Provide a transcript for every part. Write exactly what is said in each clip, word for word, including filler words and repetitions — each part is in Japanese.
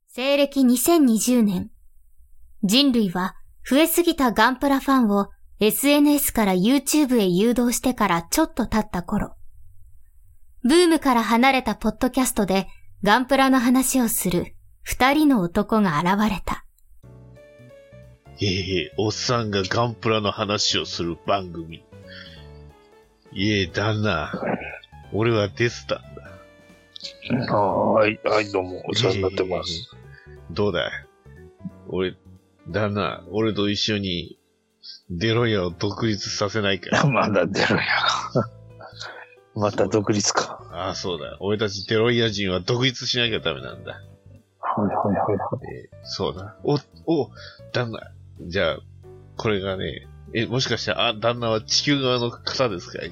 西暦にせんにじゅうねん、人類は増えすぎたガンプラファンを エスエヌエス から YouTube へ誘導してからちょっと経った頃、ブームから離れたポッドキャストでガンプラの話をする二人の男が現れた。 ええ、おっさんがガンプラの話をする番組。いえ、旦那、俺はデスタンだ。 はい、はい、どうも、お世話になってます。 えー、どうだい俺、旦那、俺と一緒にデロイヤを独立させないか。 まだデロイヤが。また独立か。 ああ、そうだ。俺たちデロイヤ人は独立しなきゃダメなんだ。 はいはいはいはい。 えー、そうだ。お、お、旦那。じゃあ、これがね、え、もしかして、あ、旦那は地球側の方ですかい？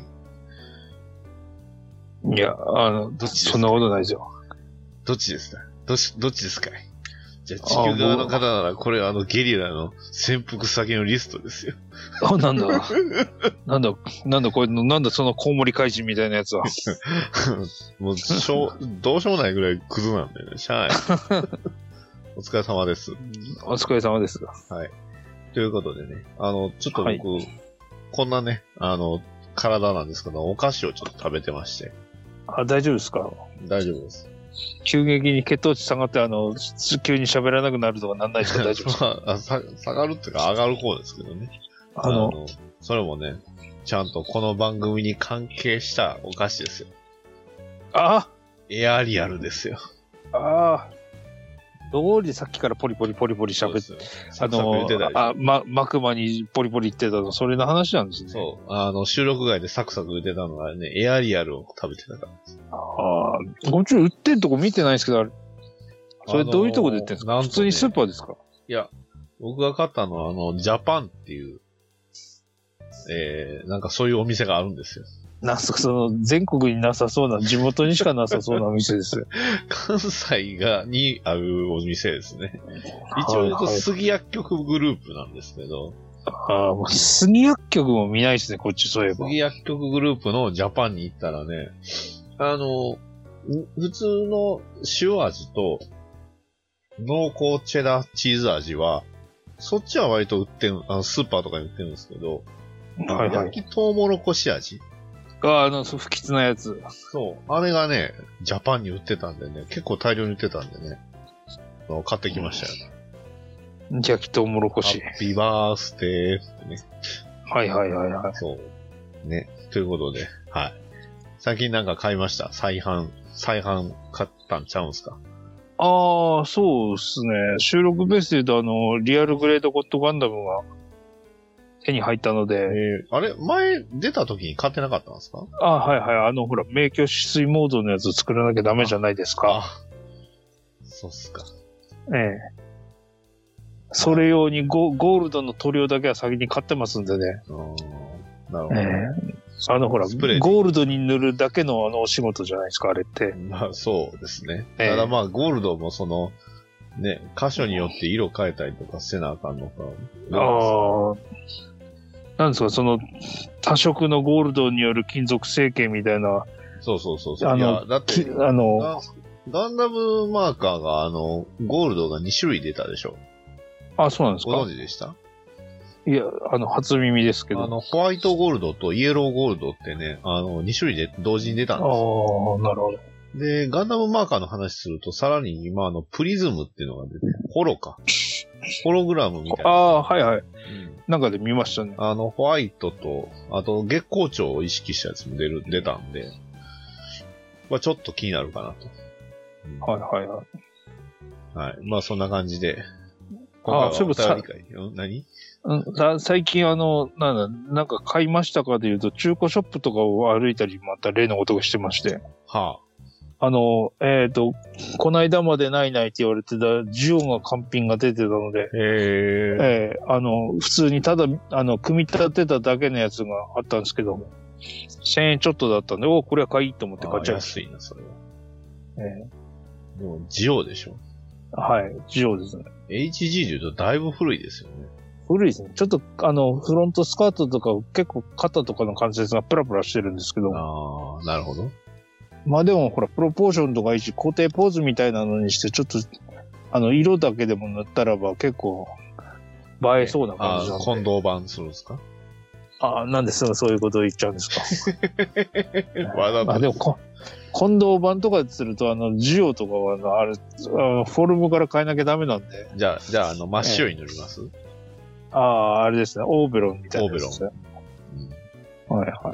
いや、あの、どっちそんなことないですよ。 どっちですか？どっち、どっちですかい？じゃあ、地球側の方なら、これはあの、ゲリラの潜伏先のリストですよ。 あ、なんだ。なんだ、なんだ、これ、なんだ、そのコウモリ怪人みたいなやつは。 もう、しょう、どうしようもないぐらいクズなんだよね。しゃあない。お疲れ様です。 お疲れ様です。 はい。ということでね、あの、ちょっと僕、 はい、 こんなね、あの、体なんですけど、お菓子をちょっと食べてまして。 あ、大丈夫ですか？ 大丈夫です。 急激に血糖値下がって、あの、急に喋らなくなるとかなんないですか？大丈夫ですか？ あさ下がるっていうか上がる方ですけどね。 あの、あのそれもね、ちゃんとこの番組に関係したお菓子ですよ。 あエアリアルですよ。 ああ。どうりさっきからポリポリポリポリ喋って、あの、あ、ま、マクマにポリポリ言ってたの、それの話なんですね。 そう。あの、収録外でサクサク言ってたのはね、エアリアルを食べてたからです。 ああ、こっち売ってるとこ見てないですけど、あれ、それどういうとこで売ってるんですか？あのーね、普通にスーパーですか？ いや、僕が買ったのは、あの、ジャパンっていう、えー、なんかそういうお店があるんですよ。 なんすか、その、全国になさそうな、地元にしかなさそうなお店ですよ。 関西が、にあるお店ですね。一応言うと、杉薬局グループなんですけど。 ああ、もう杉薬局も見ないですね、こっちそういえば。 杉薬局グループのジャパンに行ったらね、あの、普通の塩味と、濃厚チェダーチーズ味は、そっちは割と売ってる、あのスーパーとかに売ってるんですけど、はいはい、焼きトウモロコシ味あ、あの、不吉なやつ。 そう。あれがね、ジャパンに売ってたんでね、結構大量に売ってたんでね、買ってきましたよね。 焼きトウモロコシ。 ハッピーバースデーってね。 はいはいはいはい。 そう。ね。ということで、はい。最近なんか買いました？再販、再販買ったんちゃうんすか？ ああ、そうですね。収録ベースで言うと、あの、リアルグレードゴッドガンダムが手に入ったので。えー、あれ前出た時に買ってなかったんですか？ ああ、はいはい。あの、ほら、明鏡止水モードのやつを作らなきゃダメじゃないですか。ああ、 そうっすか。 ええ。それ用に ゴ, ゴールドの塗料だけは先に買ってますんでね。 なるほど。 ええ。あの、ほら、ゴールドに塗るだけのあのお仕事じゃないですか、あれって。 まあ、そうですね。ええ、ただまあ、ゴールドもその、ね、箇所によって色変えたりとかせなあかんのか。 ああ。なんですか、その、多色のゴールドによる金属成形みたいな。 そうそうそうそう。 あの、 いや、だって、 あの、 ガンダムマーカーが、あの、ゴールドがに種類出たでしょ。 あ、そうなんですか。 ご存知でした？ いや、あの、初耳ですけど。 あの、ホワイトゴールドとイエローゴールドってね、あの、に種類で同時に出たんですよ。 ああ、なるほど。 で、ガンダムマーカーの話すると、さらに今、あの、プリズムっていうのが出て、ホロか。ホログラムみたいな。 ああ、はいはい。うん、なんかで見ましたね。 あの、ホワイトと、あと、月光町を意識したやつも出る、出たんで、まあちょっと気になるかなと。 うん、はいはいはい。 はい。まあそんな感じで。 ああ、そういえばさ、 何？ うん、最近あの、なんだ、なんか買いましたかで言うと、中古ショップとかを歩いたり、また例の音がしてまして。 はあ。あの、えっ、ー、と、こないだまでないないって言われてた、ジオが完品が出てたので、 へーえー、あの、普通にただ、あの、組み立てただけのやつがあったんですけども、せんえんちょっとだったんで、おこれは買いと思って買っちゃいました。 安いな、それは。 えー、でも、ジオでしょ？ はい、ジオですね。 エイチジー で言うとだいぶ古いですよね。 古いですね。ちょっと、あの、フロントスカートとか結構肩とかの関節がプラプラしてるんですけど。 ああ、なるほど。 まあでも、ほら、プロポーションとかいいし、固定ポーズみたいなのにして、ちょっと、 あの、色だけでも塗ったらば結構映えそうな感じなんで。 あ、混同版するんですか？ ああ、なんですぐそういうことを言っちゃうんですか。 わざと。 あ、でもこ、混同版とかすると、あの、ジオとかはあの、あれ、あのフォルムから変えなきゃダメなんで。 じゃあ、じゃあ、あの、真っ白に塗ります、ええー、ああ、あれですね。オーベロンみたいなやつですね。 オーベロン。うん、 はいはい。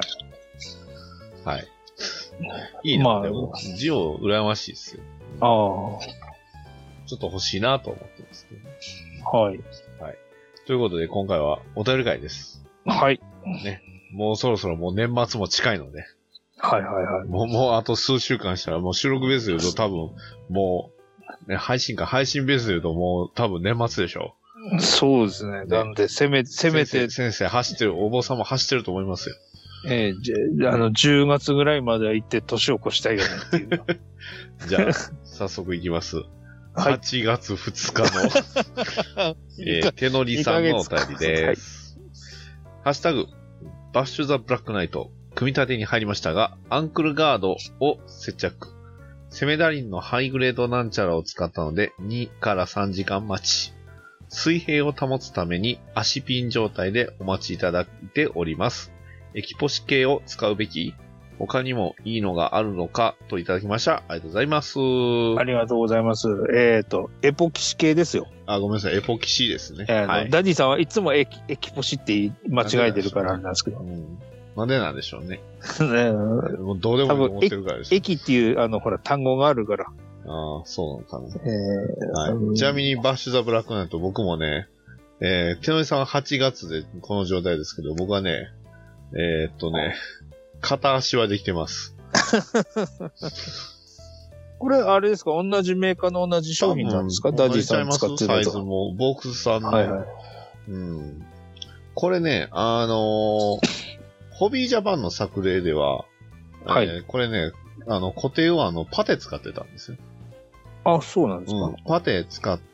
はい。いいな、まあ、でも、ジオ羨ましいですよ。ああ。ちょっと欲しいなと思ってますけど。 はい。 はい。ということで、今回はお便り会です。 はい。 ね。もうそろそろもう年末も近いので。 はいはいはい。 もう、もうあと数週間したら、もう収録ベースで言うと多分、もう、ね、配信か、配信ベースで言うともう多分年末でしょ。 そうですね。なんで、せめ、せめて。 先生走ってる、お坊さんも走ってると思いますよ。 ええー、じゃあの、じゅうがつぐらいまでは行って年を越したいよねっていう。 じゃあ、早速行きます。はちがつふつかの、えー、手乗りさんのお便りです。はい、ハッシュタグ、バッシュザブラックナイト、組み立てに入りましたが、アンクルガードを接着。セメダリンのハイグレードなんちゃらを使ったので、にからさんじかん待ち。水平を保つために足ピン状態でお待ちいただいております。エキポシ系を使うべき？他にもいいのがあるのかといただきました。ありがとうございます。 ありがとうございます。えっ、ー、と、エポキシ系ですよ。 あ、ごめんなさい。エポキシですね。 えーはい、ダディさんはいつもエキ、エキポシって間違えてるからなんですけど。 なんでなんでしょうね。 ねもうどうでもいいと思ってるからです。 駅っていう、あの、ほら、単語があるから。 ああ、そうなのかな。 えーはい、ちなみに、バッシュザブラックナイト、僕もね、えー、手乗りさんははちがつでこの状態ですけど、僕はね、えー、っとね、片足はできてます。 これ、あれですか？同じメーカーの同じ商品なんですか？ダディさん使ってるサイズも、ボックスさんの。 はいはい。 うん。これね、あのー、ホビージャパンの作例では、はい、えー、これね、あの、固定をあの、パテ使ってたんですよ。 あ、そうなんですか、うん、 パテ使って、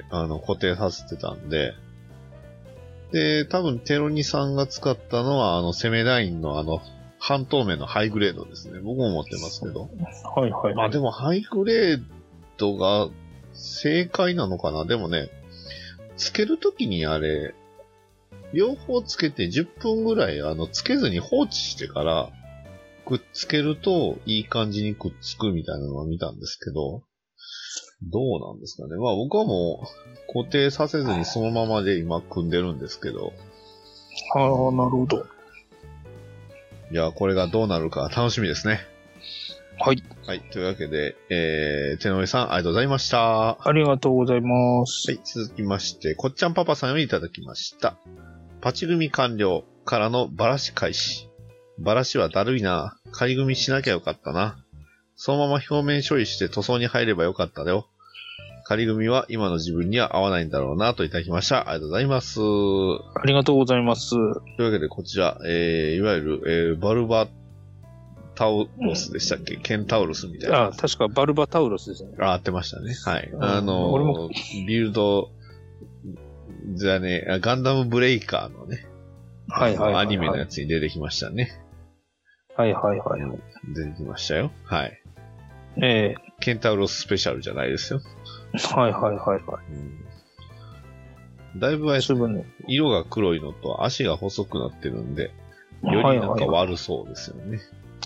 あの、固定させてたんで、で、多分、テロニさんが使ったのは、あの、セメダインのあの、半透明のハイグレードですね。僕も持ってますけど。 はいはい、はい。 まあでも、ハイグレードが正解なのかな。でもね、つけるときにあれ、両方つけてじゅっぷんぐらい、あの、つけずに放置してから、くっつけるといい感じにくっつくみたいなのは見たんですけど、どうなんですかね。まあ僕はもう固定させずにそのままで今組んでるんですけど。 ああ、なるほど。 いや、これがどうなるか楽しみですね。 はい。 はい。というわけで、えー、手の上さんありがとうございました。 ありがとうございます。 はい。続きまして、こっちゃんパパさんよりいただきました。パチ組完了からのバラシ開始。バラシはだるいな。仮組みしなきゃよかったな。そのまま表面処理して塗装に入ればよかったよ。仮組みは今の自分には合わないんだろうなといただきました。ありがとうございます。 ありがとうございます。というわけでこちら、えー、いわゆる、えー、バルバタウロスでしたっけ、うん、ケンタウロスみたいな。 あ、確かバルバタウロスですね。 あ、合ってましたね。はい。あのー、俺もビルド、じゃね、ガンダムブレイカーのね。 はいはいはい、はい。 アニメのやつに出てきましたね。 はいはいはい。 出てきましたよ。はい。 ええー。 ケンタウロススペシャルじゃないですよ。 はいはいはいはい。 うん、だいぶ色が黒いのと足が細くなってるんで、よりなんか悪そうですよね。はいはいはい、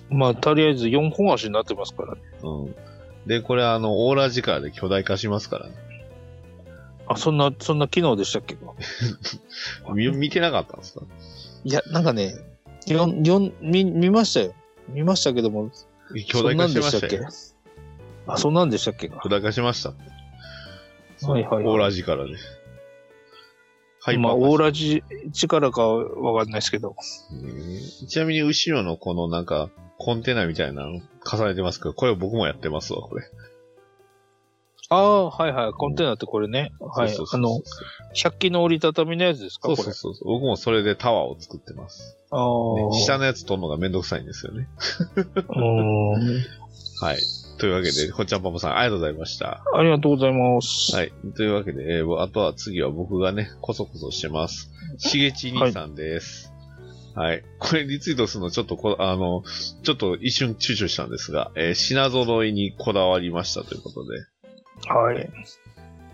まあ、とりあえずよんほん足になってますからね。 うん。で、これあの、オーラ力で巨大化しますからね。 あ、そんな、そんな機能でしたっけ見、見てなかったんですか？ いや、なんかね、よん、よん、見、見ましたよ。見ましたけども。 巨大化しましたよ。 あ、そんなんでしたっけ？ 巨大化しました。 はいはい、はい。 オーラ力で。 はい。まあ、オーラジ力かわかんないですけど。 ちなみに後ろのこのなんか、コンテナみたいなの重ねてますけど、これ僕もやってますわ、これ。 ああ、はいはい。コンテナってこれね。うん、はい。そうそうそうそう、あの、ひゃく均の折りたたみのやつですか？ そうそうそうそう。僕もそれでタワーを作ってます。 ああ、 ね。下のやつ取るのがめんどくさいんですよね。はい。というわけで、こっちゃんパパさん、ありがとうございました。 ありがとうございます。 はい。というわけで、えー、あとは次は僕がね、こそこそしてます。しげち兄さんです。はい。はい。これリツイートするのちょっとこ、あの、ちょっと一瞬躊躇したんですが、えー、品揃いにこだわりましたということで。 はい。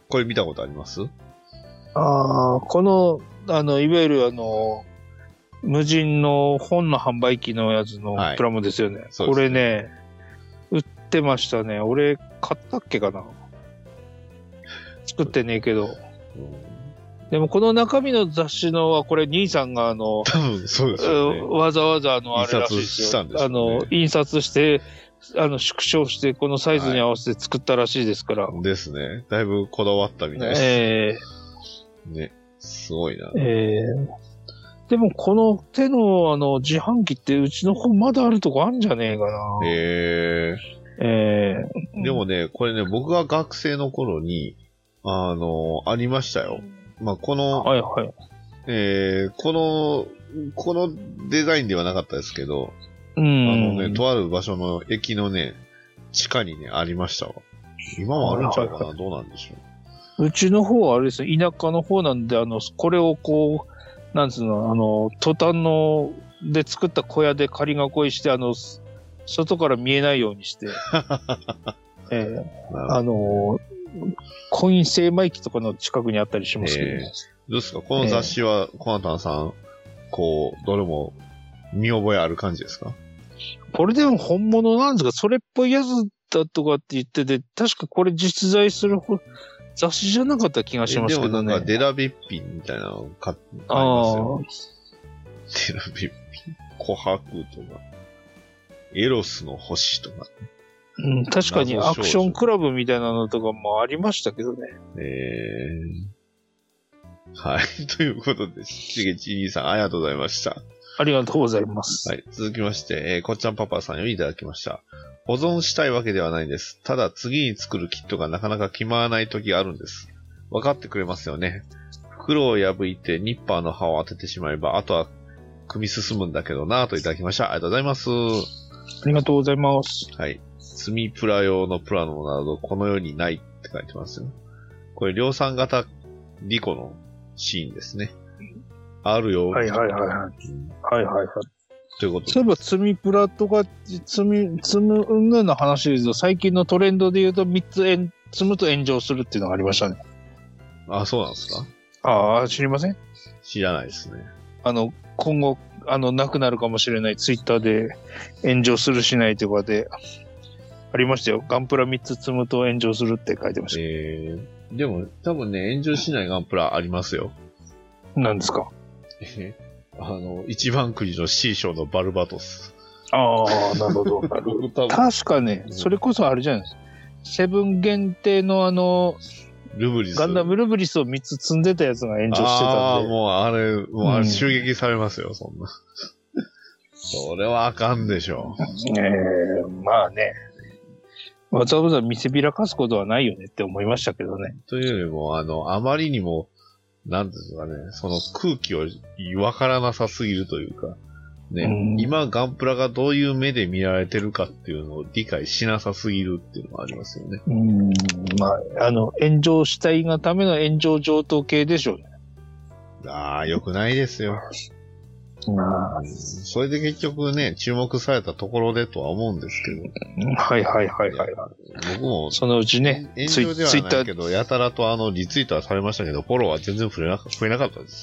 これ見たことあります？ ああ、この、あの、いわゆるあの、無人の本の販売機のやつのプラモですよね。はい、これね、売ってましたね。俺、買ったっけかな。作ってねえけど。でもこの中身の雑誌のは、これ兄さんがあの、 多分そうですよね。 わざわざあの、あれらしいですよ。印刷したんですよね。あの、印刷して、あの、縮小して、このサイズに合わせて作ったらしいですから。 はい、ですね。だいぶこだわったみたいです。 ええー、ね。すごいな。 えー、でもこの手のあの、自販機ってうちの方まだあるとこあるんじゃねえかな。 へえー。 えー。でもね、これね、僕が学生の頃に、あの、ありましたよ。まあ、この、 はいはい。 えー、この、このデザインではなかったですけど、 うん。 あのね、とある場所の駅のね、地下にね、ありましたわ。今もあるんちゃうかな、はいはい、どうなんでしょう。うちの方はあれですね、田舎の方なんで、あの、これをこう、なんつうの、あの、トタンの、で作った小屋で仮囲いして、あの、外から見えないようにして、えー、あの、コイン精米機とかの近くにあったりしますけどね。えー、 どうですかこの雑誌は、コナタンさん、こう、どれも見覚えある感じですか？ これでも本物なんですか？それっぽいやつだとかって言ってて、確かこれ実在する雑誌じゃなかった気がしますけどね。でもなんかデラビッピンみたいなのを買いますよ。デラビッピン、琥珀とか、エロスの星とか。 うん、確かにアクションクラブみたいなのとかもありましたけどね。 えー、はい。ということで、しげち兄さんありがとうございました。 ありがとうございます。 はい。続きまして、えー、こっちゃんパパさんよりいただきました。保存したいわけではないんです。ただ次に作るキットがなかなか決まらない時があるんです。分かってくれますよね。袋を破いてニッパーの刃を当ててしまえば、あとは組み進むんだけどなぁといただきました。ありがとうございます。 ありがとうございます。 はい。積みプラ用のプラノなどこの世にないって書いてますよ。これ量産型リコのシーンですね。あるよ。 はいはいはいはい。うん、はいはいはい。 ということで。 そういえば積みプラとか積み、積むうんぬんの話ですと、最近のトレンドで言うとみっつ積むと炎上するっていうのがありましたね。 あ、そうなんですか？ ああ、知りません？ 知らないですね。 あの、今後、あの、なくなるかもしれないツイッターで炎上するしないとかで、ありましたよ。ガンプラみっつ積むと炎上するって書いてました。 えー、でも多分ね、炎上しないガンプラありますよ。 何ですか？ えあの、一番くじの C 賞のバルバトス。 ああ、なるほど。確かね、それこそあれじゃないですか。セブン限定のあの、 ルブリス。 ガンダムルブリスをみっつ積んでたやつが炎上してたんで。あああ、もうあれ、もうあれ襲撃されますよ、うん、そんな。それはあかんでしょ。 ええー、まあね。わざわざ見せびらかすことはないよねって思いましたけどね。 というよりも、あの、あまりにも、なんですかね、その空気をわからなさすぎるというか、ね、うん、今ガンプラがどういう目で見られてるかっていうのを理解しなさすぎるっていうのがありますよね。 うん、まあ、あの、炎上したいがための炎上上等系でしょうね。 ああ、よくないですよ。 まあ、 それで結局ね、注目されたところでとは思うんですけど。 はいはいはいはい。 僕も、 そのうちね、 炎上ではないけど、やたらとあの、リツイートはされましたけど、フォローは全然増えなか増えなかったです。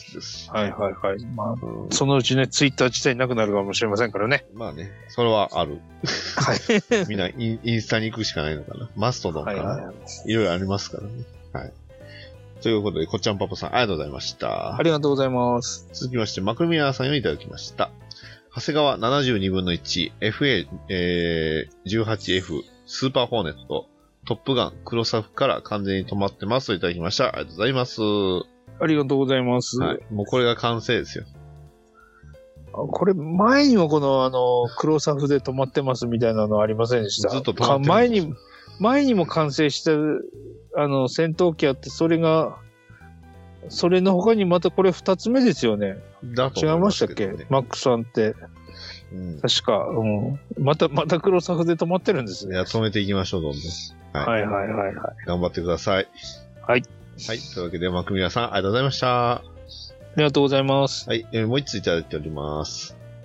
はいはいはい。まあ、うん、そのうちね、ツイッター自体なくなるかもしれませんからね。 まあね、それはある。はい。みんなイン、インスタに行くしかないのかな。マストドンかな。はいはいはい、いろいろありますからね。はい。ということで、こっちゃんパパさん、ありがとうございました。 ありがとうございます。 続きまして、マクミラーさんよりいただきました。長谷川ななじゅうにぶんのいち、エフエー、えー、じゅうはちエフ、スーパーホーネット、トップガン、クロサフから完全に止まってますといただきました。ありがとうございます。 ありがとうございます。 はい。もうこれが完成ですよ。 これ、前にもこの、あの、クロサフで止まってますみたいなのありませんでした？ ずっと止まってます。 前に、前にも完成した、あの、戦闘機あって、それが、それの他にまたこれ二つ目ですよね。 だと思いますけどね。 違いましたっけ？マックさんって。うん、確か、うん。また、また黒サフで止まってるんですね。 いや、止めていきましょう、どんどん。 はい、はい、はいはいはい。 頑張ってください。 はい。 はい。というわけで、マクミラさん、ありがとうございました。ありがとうございます。 はい。えー、もう一ついただいております。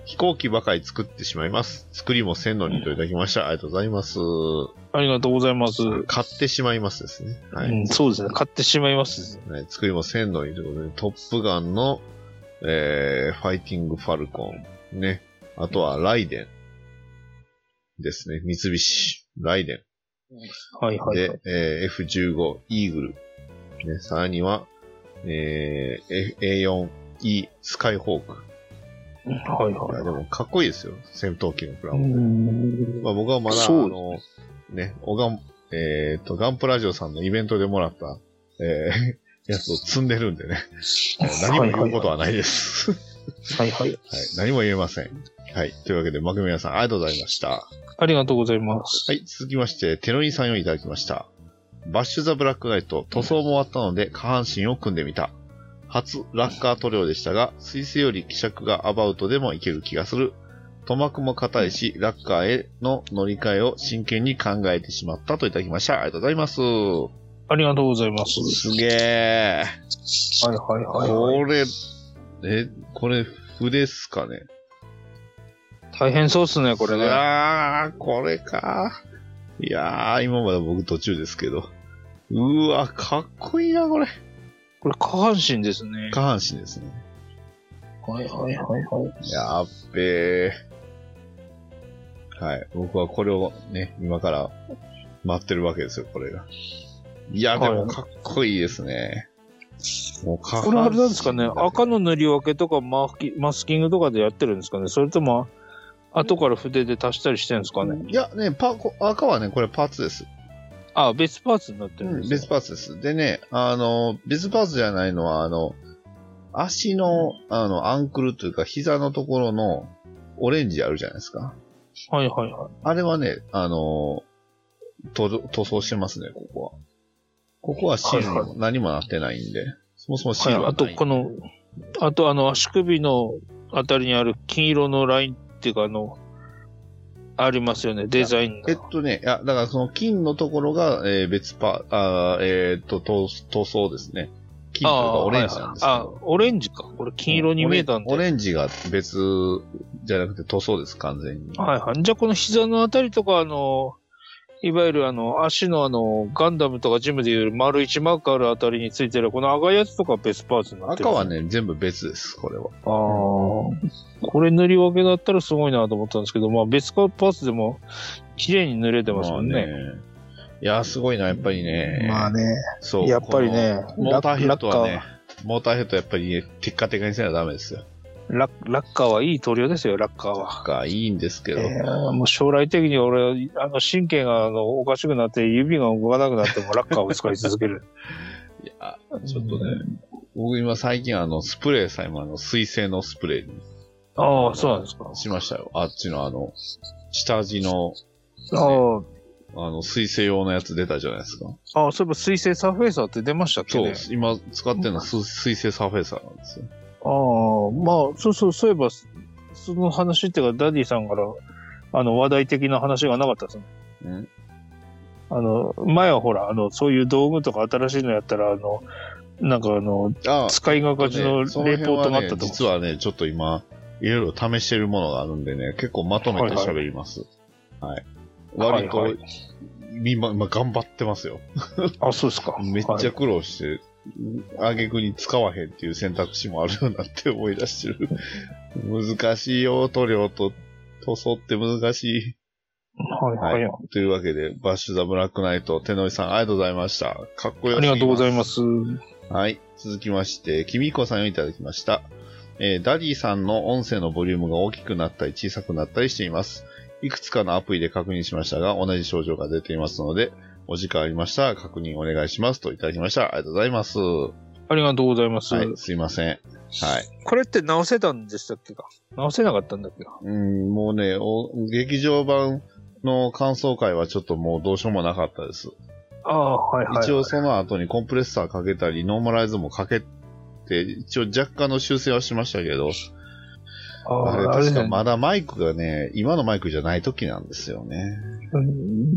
飛行機ばかり作ってしまいます。作りもせんのにといただきました。ありがとうございます。 ありがとうございます。 買ってしまいますですね。はい。 うん、そうですね。買ってしまいますですね。 はい。作りもせんのにということで、トップガンの、えー、ファイティングファルコン。ね。あとは、ライデン。ですね。三菱。ライデン。 はいはい、はい。 で、えー、エフじゅうご イーグル。ね。さらには、えー、エーよんイー スカイホーク。 はいはい。 いやでもかっこいいですよ。戦闘機のプラモデル。まあ僕はまだ、あの、ね、オガン、えっ、ー、と、ガンプラジオさんのイベントでもらった、えー、やつを積んでるんでね。何も言うことはないです。 はいはい。はい。 何も言えません。はい。というわけで、マクミヤさん、ありがとうございました。 ありがとうございます。 はい。続きまして、テノイさんをいただきました。バッシュザブラックナイト、塗装も終わったので、下半身を組んでみた。初ラッカー塗料でしたが、水性より希釈がアバウトでもいける気がする。塗膜も硬いし、ラッカーへの乗り換えを真剣に考えてしまったといただきました。ありがとうございます。 ありがとうございます。 すげー。 はいはいはい、 はい。これ、え、これ、筆っすかね。 大変そうっすね、これね。 あー、これか。いやー、今まで僕途中ですけど。うわ、かっこいいな、これ。 これ下半身ですね。 下半身ですね。 はいはいはいはい。 やっべー。はい。僕はこれをね、今から待ってるわけですよ、これが。いや、でもかっこいいですね。 もう下半身。これあれなんですかね、赤の塗り分けとかマスキマスキングとかでやってるんですかね、それとも後から筆で足したりしてるんですかね。 いや、ね、パ赤はね、これパーツです。 ああ、別パーツになってるんです、ね、うん、 別パーツです。でね、あの、別パーツじゃないのは、あの、足の、あの、アンクルというか、膝のところのオレンジあるじゃないですか。 はいはいはい。 あれはね、あの、塗装してますね、ここは。ここはシールにも何もなってないんで、はいはい、そもそもシールはない。 はい、あと、この、あとあの、足首のあたりにある金色のラインっていうか、あの、ありますよね、デザインえっとね、いや、だからその金のところが、えー、別パ、あえー、っと、塗装ですね。金とかオレンジなんですけど。 あ、はいはい、あ、オレンジか。これ金色に見えたんで。 オレンジが別じゃなくて塗装です、完全に。 はいはい。じゃあこの膝のあたりとか、あの、いわゆるあの、足のあの、ガンダムとかジムでいう丸一マークあるあたりについてるこの赤いやつとか別パーツになってる。 赤はね、全部別です、これは。 ああ。これ塗り分けだったらすごいなと思ったんですけど、まあ別パーツでも綺麗に塗れてますもんね。まあ、ねいや、すごいな、やっぱりね。 まあね。 そう。 やっぱりね。 モーターヘッドはね、モーターヘッドやっぱり、ね、テッカテカにせなダメですよ。 ラッ、ラッカーはいい塗料ですよ、ラッカーは。 ラッカーいいんですけど。 えー、もう将来的に俺、あの、神経があのおかしくなって指が動かなくなってもラッカーを使い続ける。 いや、ちょっとね、僕今最近あの、スプレーさえもあの、水性のスプレーに。 ああ、そうなんですか。 しましたよ。あっちのあの、下地の、ね、 ああ。 あの、水性用のやつ出たじゃないですか。 ああ、そういえば水性サーフェイサーって出ましたっけね。 そう、今使ってるのは水性サーフェイサーなんですよ。 ああ、まあ、そうそう、そういえば、その話っていうか、ダディさんから、あの、話題的な話がなかったですね。 うん。 あの、前はほら、あの、そういう道具とか新しいのやったら、あの、なんかあの、あ使いがかちのレポートがあったと思う、 ね、実はね、ちょっと今、いろいろ試してるものがあるんでね、結構まとめて喋ります。はい、はい。割と、はいはい、今、今頑張ってますよ。 あ、そうですか。 めっちゃ苦労して、あげくに使わへんっていう選択肢もあるようになって思い出してる。難しいよ、塗料と塗装って難しい。 はいはい。はい、 というわけで、バッシュザブラックナイト、手の井さんありがとうございました。かっこよすぎます。 ありがとうございます。 はい。続きまして、きみこさんをいただきました。えー、ダディさんの音声のボリュームが大きくなったり小さくなったりしています。いくつかのアプリで確認しましたが、同じ症状が出ていますので、お時間ありましたら確認お願いしますといただきました。ありがとうございます。 ありがとうございます。 はい、すいません。はい。 これって直せたんでしたっけか？直せなかったんだっけか？ うん、もうね、お劇場版の感想会はちょっともうどうしようもなかったです。 ああ、はいはい、はい。 一応その後にコンプレッサーかけたり、ノーマライズもかけて、一応若干の修正はしましたけど、あれ確かまだマイクがね、今のマイクじゃない時なんですよね。 うん、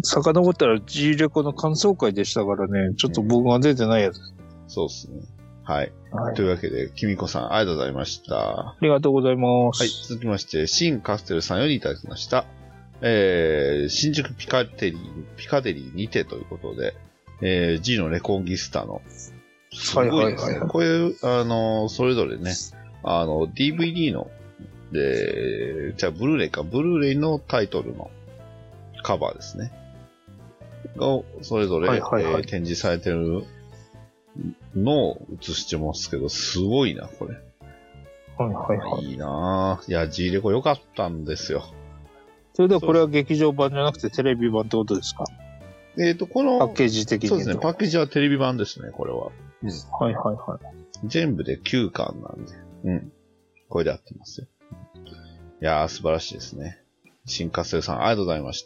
遡ったら G レコの感想会でしたからね、ちょっと僕が出てないやつ。うん、 そうですね。 はい。はい、というわけで、きみこさん、ありがとうございました。 ありがとうございます。 はい。続きまして、シン・カステルさんよりいただきました。えー、新宿ピカデリー、ピカデリーにてということで、えー、G のレコンギスタの、すごいですね。はいはいはい、こういう、あの、それぞれね、あの、ディーブイディー の、で、じゃあ、ブルーレイか、ブルーレイのタイトルのカバーですね。が、それぞれ、はいはいはい、えー、展示されてるのを映してますけど、すごいな、これ。 はいはいはい。 いいなぁ。いや、G レコ良かったんですよ。 それではこれは劇場版じゃなくてテレビ版ってことですか？ えっと、この、 パッケージ的に。 そうですね、パッケージはテレビ版ですね、これは。 うん。はいはいはい。 全部できゅうかんなんで。うん。これで合ってますよ。いやー、素晴らしいですね。新カステルさん、ありがとうございました。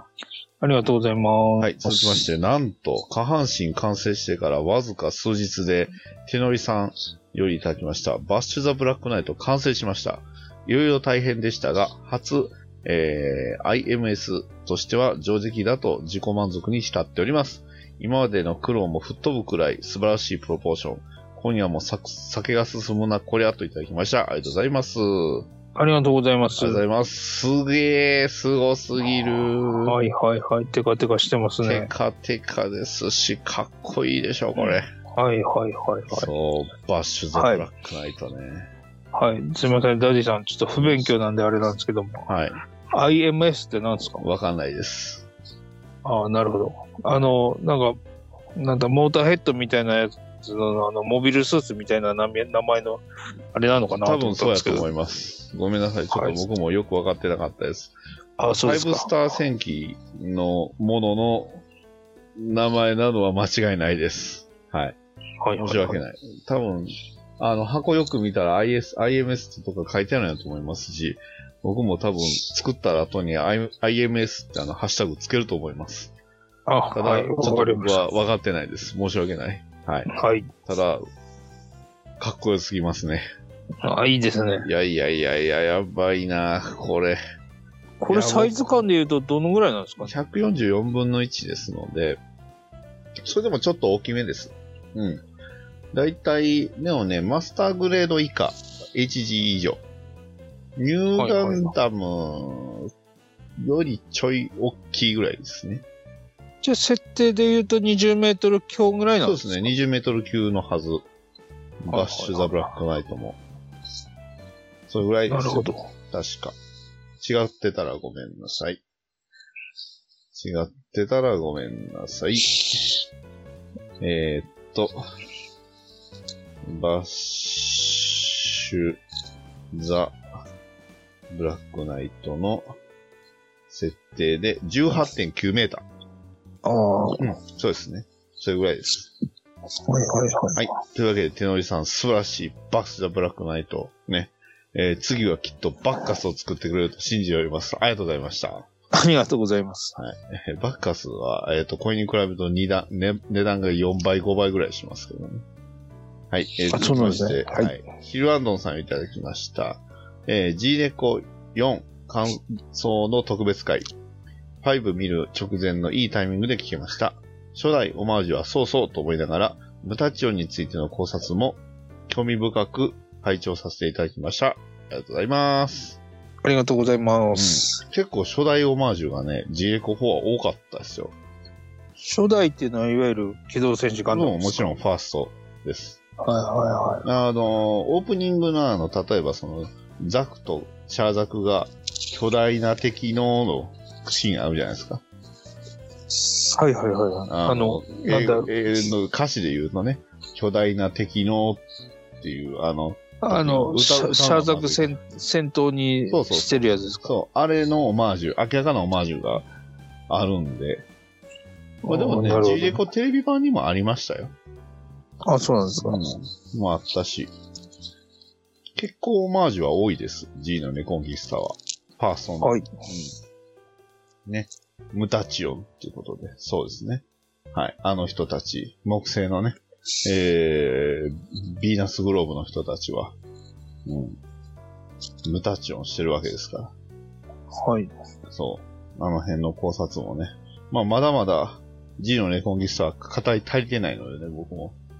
ありがとうございます。 はい、続きまして、なんと、下半身完成してからわずか数日で、手乗りさんよりいただきました。バッシュ・ザ・ブラックナイト完成しました。いろいろ大変でしたが、初、えー、アイエムエス としては上出来だと自己満足に浸っております。今までの苦労も吹っ飛ぶくらい素晴らしいプロポーション。今夜も酒が進むな、こりゃといただきました。ありがとうございます。 ありがとうございます。 ありがとうございます。すげー、すごすぎる。 はいはいはい。テカテカしてますね。 テカテカですし、かっこいいでしょ、これ。 はいはいはいはい。 そう、バッシュ・ザ・ブラックナイトね。 はい。はい、すみません、ダディさん。ちょっと不勉強なんであれなんですけども。 はい。 アイエムエス って何ですか？ わかんないです。 ああ、なるほど。あの、なんか、なんだ、モーターヘッドみたいなやつ。あのモビルスーツみたいな名前のあれなのかなと思ったんですけど。 多分そうやと思います。ごめんなさい。ちょっと僕もよく分かってなかったです。 はい、あ、そうですか。 ファイブスター戦記のものの名前なのは間違いないです。はい。はい。申し訳ない。多分、あの、箱よく見たら アイエス、アイエムエス とか書いてあるんだと思いますし、僕も多分作った後に アイエムエス ってあの、ハッシュタグつけると思います。 あ、 ただ、はい、ちょっと僕は分かってないです。申し訳ない。はい。 はい。 ただ、かっこよすぎますね。 あ、いいですね。 いやいやいやいや、やばいな、これ。 これサイズ感で言うとどのぐらいなんですか？ ひゃくよんじゅうよんぶんのいちですので、それでもちょっと大きめです。うん。だいたい、でもね、マスターグレード以下、エイチジー 以上。ニューガンダムよりちょい大きいぐらいですね。 じゃあ設定で言うとにじゅうメートル強ぐらいなんですか？ そうですね、にじゅうメートル級のはず。バッシュ・ザ・ブラックナイトも。それぐらいです。なるほど。確か。違ってたらごめんなさい。違ってたらごめんなさい。えー、っと、バッシュ・ザ・ブラックナイトの設定で じゅうはちてんきゅうメーター。 ああ。 うん、そうですね。それぐらいです。 はいはいはい。 はい。というわけで、手乗りさん、素晴らしいバッシュ・ザ・ブラックナイト。ね。えー、次はきっとバッカスを作ってくれると信じております。ありがとうございました。 ありがとうございます。 はい。えー、バッカスは、えっ、ー、と、これに比べると二段、ね、値段がよんばい、ごばいぐらいしますけどね。はい。えー、 そうなんですね。 はい。はい、ヒルアンドンさんいただきました。えー、G レコよん感想の特別会。ご見る直前のいいタイミングで聞けました。初代オマージュはそうそうと思いながら、ムタチオンについての考察も興味深く拝聴させていただきました。ありがとうございます。 ありがとうございます。 うん、結構初代オマージュがね、G レコフォーは多かったですよ。 初代っていうのはいわゆる機動戦士ガンダムですか？ もちろんファーストです。 はいはいはい。 あの、オープニングのあの、例えばその、ザクとシャーザクが巨大な敵ののシーンあるじゃないですか。 はいはいはい。あの、 なんだ英語の歌詞で言うとね、巨大な敵のっていう、あの、 あの、シャーザク戦戦闘にしてるやつですか？ そう、あれのオマージュ、明らかなオマージュがあるんで。まあでもね、G レコテレビ版にもありましたよ。 あ、そうなんですか。うん。 もあったし。結構オマージュは多いです。G のネコンキスタは。パーソン。 はい。 うん。ね。ムタチオンっていうことで。そうですね。はい。あの人たち、木星のね、えー、ビーナスグローブの人たちは、うん。ムタチオンしてるわけですから。 はい。 そう。あの辺の考察もね。まあ、まだまだ G のネコンキスタは語り足りてないのでね、僕も。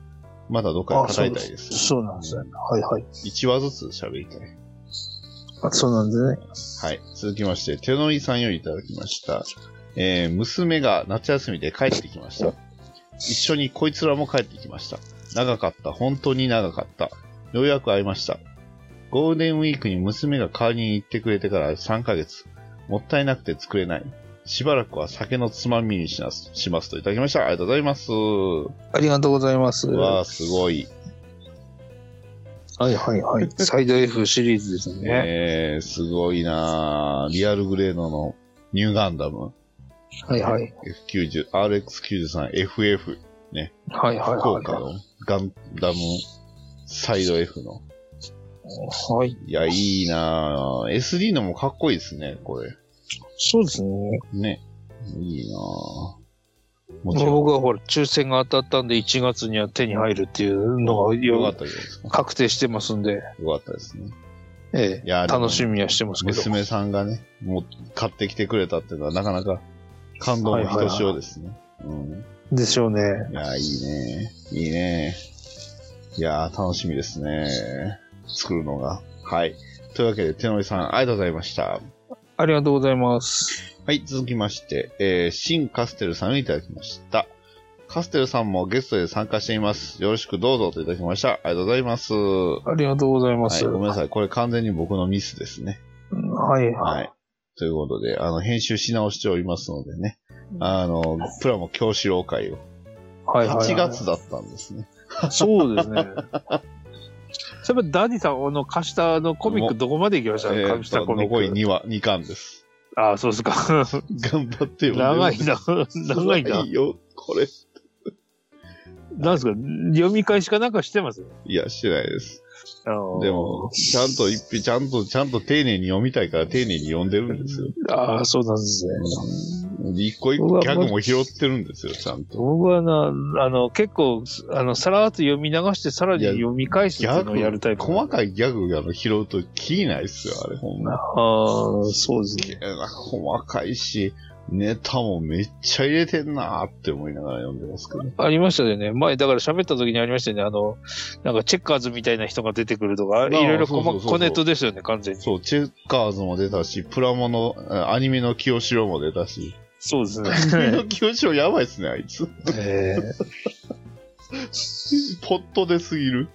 まだどっかで語りたいです。 そうなんですね。はいはい。 いちわずつ喋りたい。 あ、そうなんですね。はい。続きまして、手のいさんよりいただきました。えー、娘が夏休みで帰ってきました。一緒にこいつらも帰ってきました。長かった。本当に長かった。ようやく会いました。ゴールデンウィークに娘が代わりに行ってくれてからさんかげつ。もったいなくて作れない。しばらくは酒のつまみにします、しますといただきました。ありがとうございます。 ありがとうございます。 わあ、すごい。 はいはいはい。サイド F シリーズですね。 えー、すごいなぁ。リアルグレードのニューガンダム。 はいはい。 エフきゅうじゅう、アールエックスきゅうじゅうさん、エフエフ。ね。 はいはいはい。 福岡のガンダムサイド F の。 はい。 いや、いいなぁ。エスディー のもかっこいいですね、これ。 そうですね。 ね。いいなぁ。 もちろん僕はほら、抽選が当たったんでいちがつには手に入るっていうのがよかったですか。 確定してますんで。 よかったですね。 ええ。いや、楽しみはしてますけど。 娘さんがね、もう買ってきてくれたっていうのはなかなか感動もひとしおですね。 はいはいはい、うん。でしょうね。 いや、いいね。いいね。いや、楽しみですね。作るのが。はい。というわけで、手のりさん、ありがとうございました。 ありがとうございます。 はい、続きまして、えー、シン・カステルさんをいただきました。カステルさんもゲストで参加しています。よろしくどうぞといただきました。ありがとうございます。 ありがとうございます。 はい、ごめんなさい。これ完全に僕のミスですね。 はい、 はい。ということで、あの、編集し直しておりますのでね。あの、プラモ教師郎会を。はい、はい。はちがつだったんですね。 そうですね。それダディさん、あの、貸したあのコミックどこまで行きましたか、えー、貸したコミック。 残りにわ、にかんです。 ああ、そうですか。 頑張ってよ。 長いな。長いな。 いいよ、これ。 なんですか、読み返しかなんかしてます？ いや、してないです。でも、ちゃんと一品、ちゃんと、ちゃんと丁寧に読みたいから丁寧に読んでるんですよ。 ああ、そうなんですね。 一個一個ギャグも拾ってるんですよ、ちゃんと。 僕はな、あの、結構、あの、さらっと読み流してさらに読み返すっていうのをやるタイプ。 細かいギャグあの拾うと気にないっすよ、あれ、ほんま。 ああ、そうですね。 細かいし、ネタもめっちゃ入れてんなーって思いながら読んでますけど。 ありましたよね。前、だから喋った時にありましたよね。あの、なんかチェッカーズみたいな人が出てくるとか、いろいろコネットですよね、完全に。 そう、チェッカーズも出たし、プラモの、アニメの清志郎も出たし。 そうですね。 アニメの清志郎やばいっすね、あいつ。 えー、 ポットですぎる。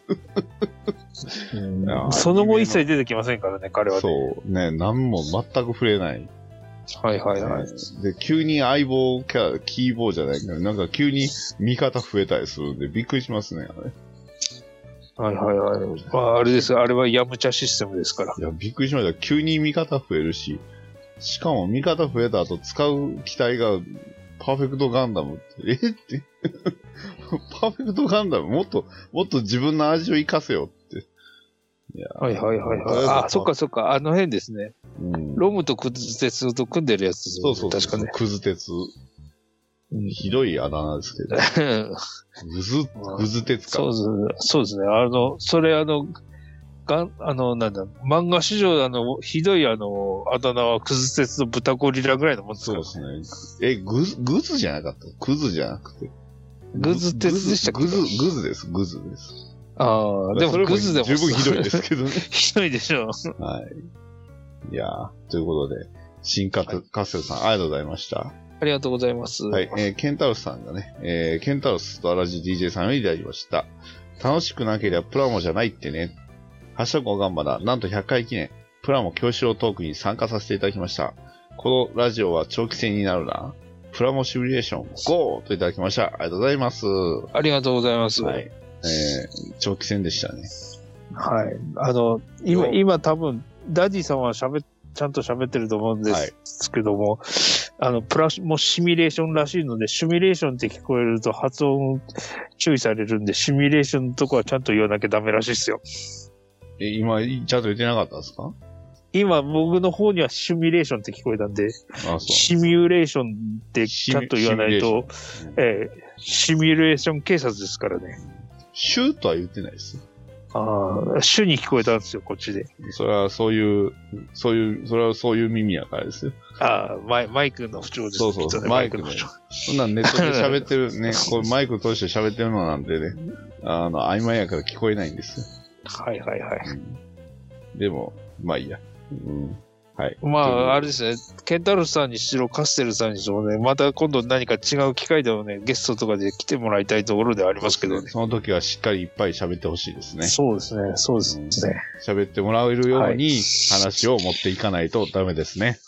その後一切出てきませんからね、彼はね。 そう、ね、なんも全く触れない。 はいはいはい。 で、急に相棒キャラ、キーボーじゃないけど、なんか急に味方増えたりするんで、びっくりしますね、あれ。 はいはいはい。まあ、あれです。あれはヤムチャシステムですから。 いや、びっくりしました。急に味方増えるし、しかも味方増えた後使う機体が、パーフェクトガンダムって、えってパーフェクトガンダムもっと、もっと自分の味を活かせよって。 いやはいはいはいはい。あ、そっかそっか、あの辺ですね。うん、ロムとクズ鉄と組んでるやつですね。 そうそうそう。 確かね。 クズ鉄。うん、ひどいあだ名ですけど。グズ、グズ鉄か。 そうですね。そうですね。あの、それあの、があの、なんだ、漫画史上あの、ひどいあの、あだ名はクズ鉄と豚ゴリラぐらいのもんですから。 そうですね。え、グズ、グズじゃなかったクズじゃなくて。 グズ鉄でしたっけ？ グズ、グズです、グズです。 ああ、でもグズでも十分ひどいですけどね。 ひどいでしょう。はい。いやー、ということで、新カッカッセルさん、ありがとうございました。 ありがとうございます。 はい、えー、ケンタロスさんがね、えー、ケンタロスとアラジ ディージェー さんをいただきました。楽しくなければプラモじゃないってね。ハッシュタグおがんばだ、なんとひゃっかい記念、プラモ教師郎トークに参加させていただきました。このラジオは長期戦になるな。プラモシミュレーションゴーといただきました。ありがとうございます。 ありがとうございます。 はい。えー、長期戦でしたね。 はい。あの、今、今多分、ダディさんは喋っ、ちゃんと喋ってると思うんですけども、はい、あの、プラモシミュレーションらしいので、シミュレーションって聞こえると発音注意されるんで、シミュレーションのとこはちゃんと言わなきゃダメらしいですよ。 え、今、ちゃんと言ってなかったんですか？ 今、僕の方にはシミュレーションって聞こえたんで、 ああシミュレーションってちゃんと言わないと、シえー、シミュレーション警察ですからね。 シューとは言ってないです。 ああ、主に聞こえたんですよ、こっちで。 それはそういう、そういう、それはそういう耳やからですよ。 ああ、マイマイクの不調ですね。 そうそう、 ね、 マイクの不調。そんなんネットで喋ってる、ね、これマイク通して喋ってるのなんてね、あの、曖昧やから聞こえないんですよ。 はいはいはい。 うん、でも、まあいいや。うんはい。 まあ、あれですね、ケンタロスさんにしろ、カステルさんにしろね、また今度何か違う機会でもね、ゲストとかで来てもらいたいところではありますけどね。 その時はしっかりいっぱい喋ってほしいですね。 そうですね、そうですね。 喋、うん、ってもらえるように話を持っていかないとダメですね。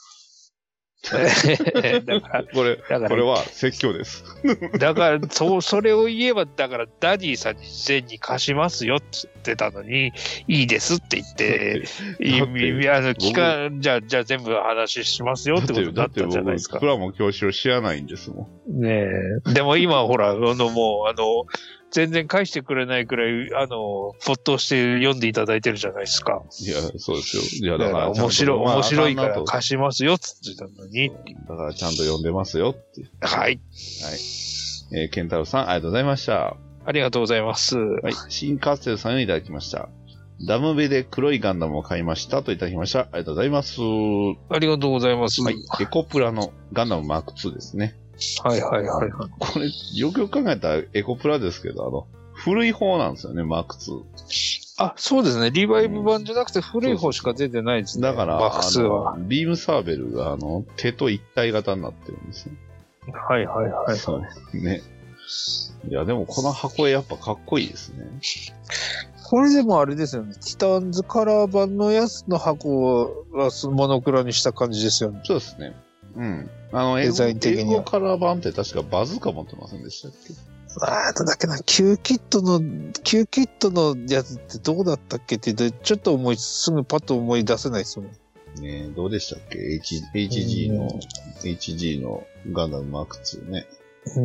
だからこれ、だからこれは説教です。 だから、そう、それを言えば、だから、ダディさんに事前に貸しますよって言ってたのに、いいですって言って、いあの、聞か、じゃあ、じゃあ全部話しますよってことになったんじゃないですか。 プラモ教師を知らないんですもん。ねえ。でも今、ほら、あの、もう、あの、全然返してくれないくらい、あの、没頭して読んでいただいてるじゃないですか。 いや、そうですよ。いや、 だから面白い、面白いから貸しますよって言ってたのに。 だからちゃんと読んでますよって。 はい。はい。 えー、ケンタロウさん、ありがとうございました。 ありがとうございます。 はい。シンカステルさんよりいただきました。ダムベで黒いガンダムを買いましたといただきました。ありがとうございます。 ありがとうございます。 はい。エコプラのガンダムマークツーですね。 はいはいはい。 これ、よくよく考えたらエコプラですけど、あの、古い方なんですよね、マークツー。 あ、そうですね。リバイブ版じゃなくて古い方しか出てないですね。 だから、 マークツーは。 ビームサーベルが、あの、手と一体型になってるんですよ。 はいはいはい。 そうね。いや、でもこの箱絵やっぱかっこいいですね。 これでもあれですよね。ティタンズカラー版のやつの箱はモノクロにした感じですよね。 そうですね。うん。あの、 デザイン的には。 英語カラー版って確かバズーカ持ってませんでしたっけ？ ああ、だっけな、Q キットの、Q キットのやつってどうだったっけって言って、ちょっと思い、すぐパッと思い出せないですよね。 ねえ、どうでしたっけ H、エイチジー の、エイチジー のガンダムマークツーね。うん。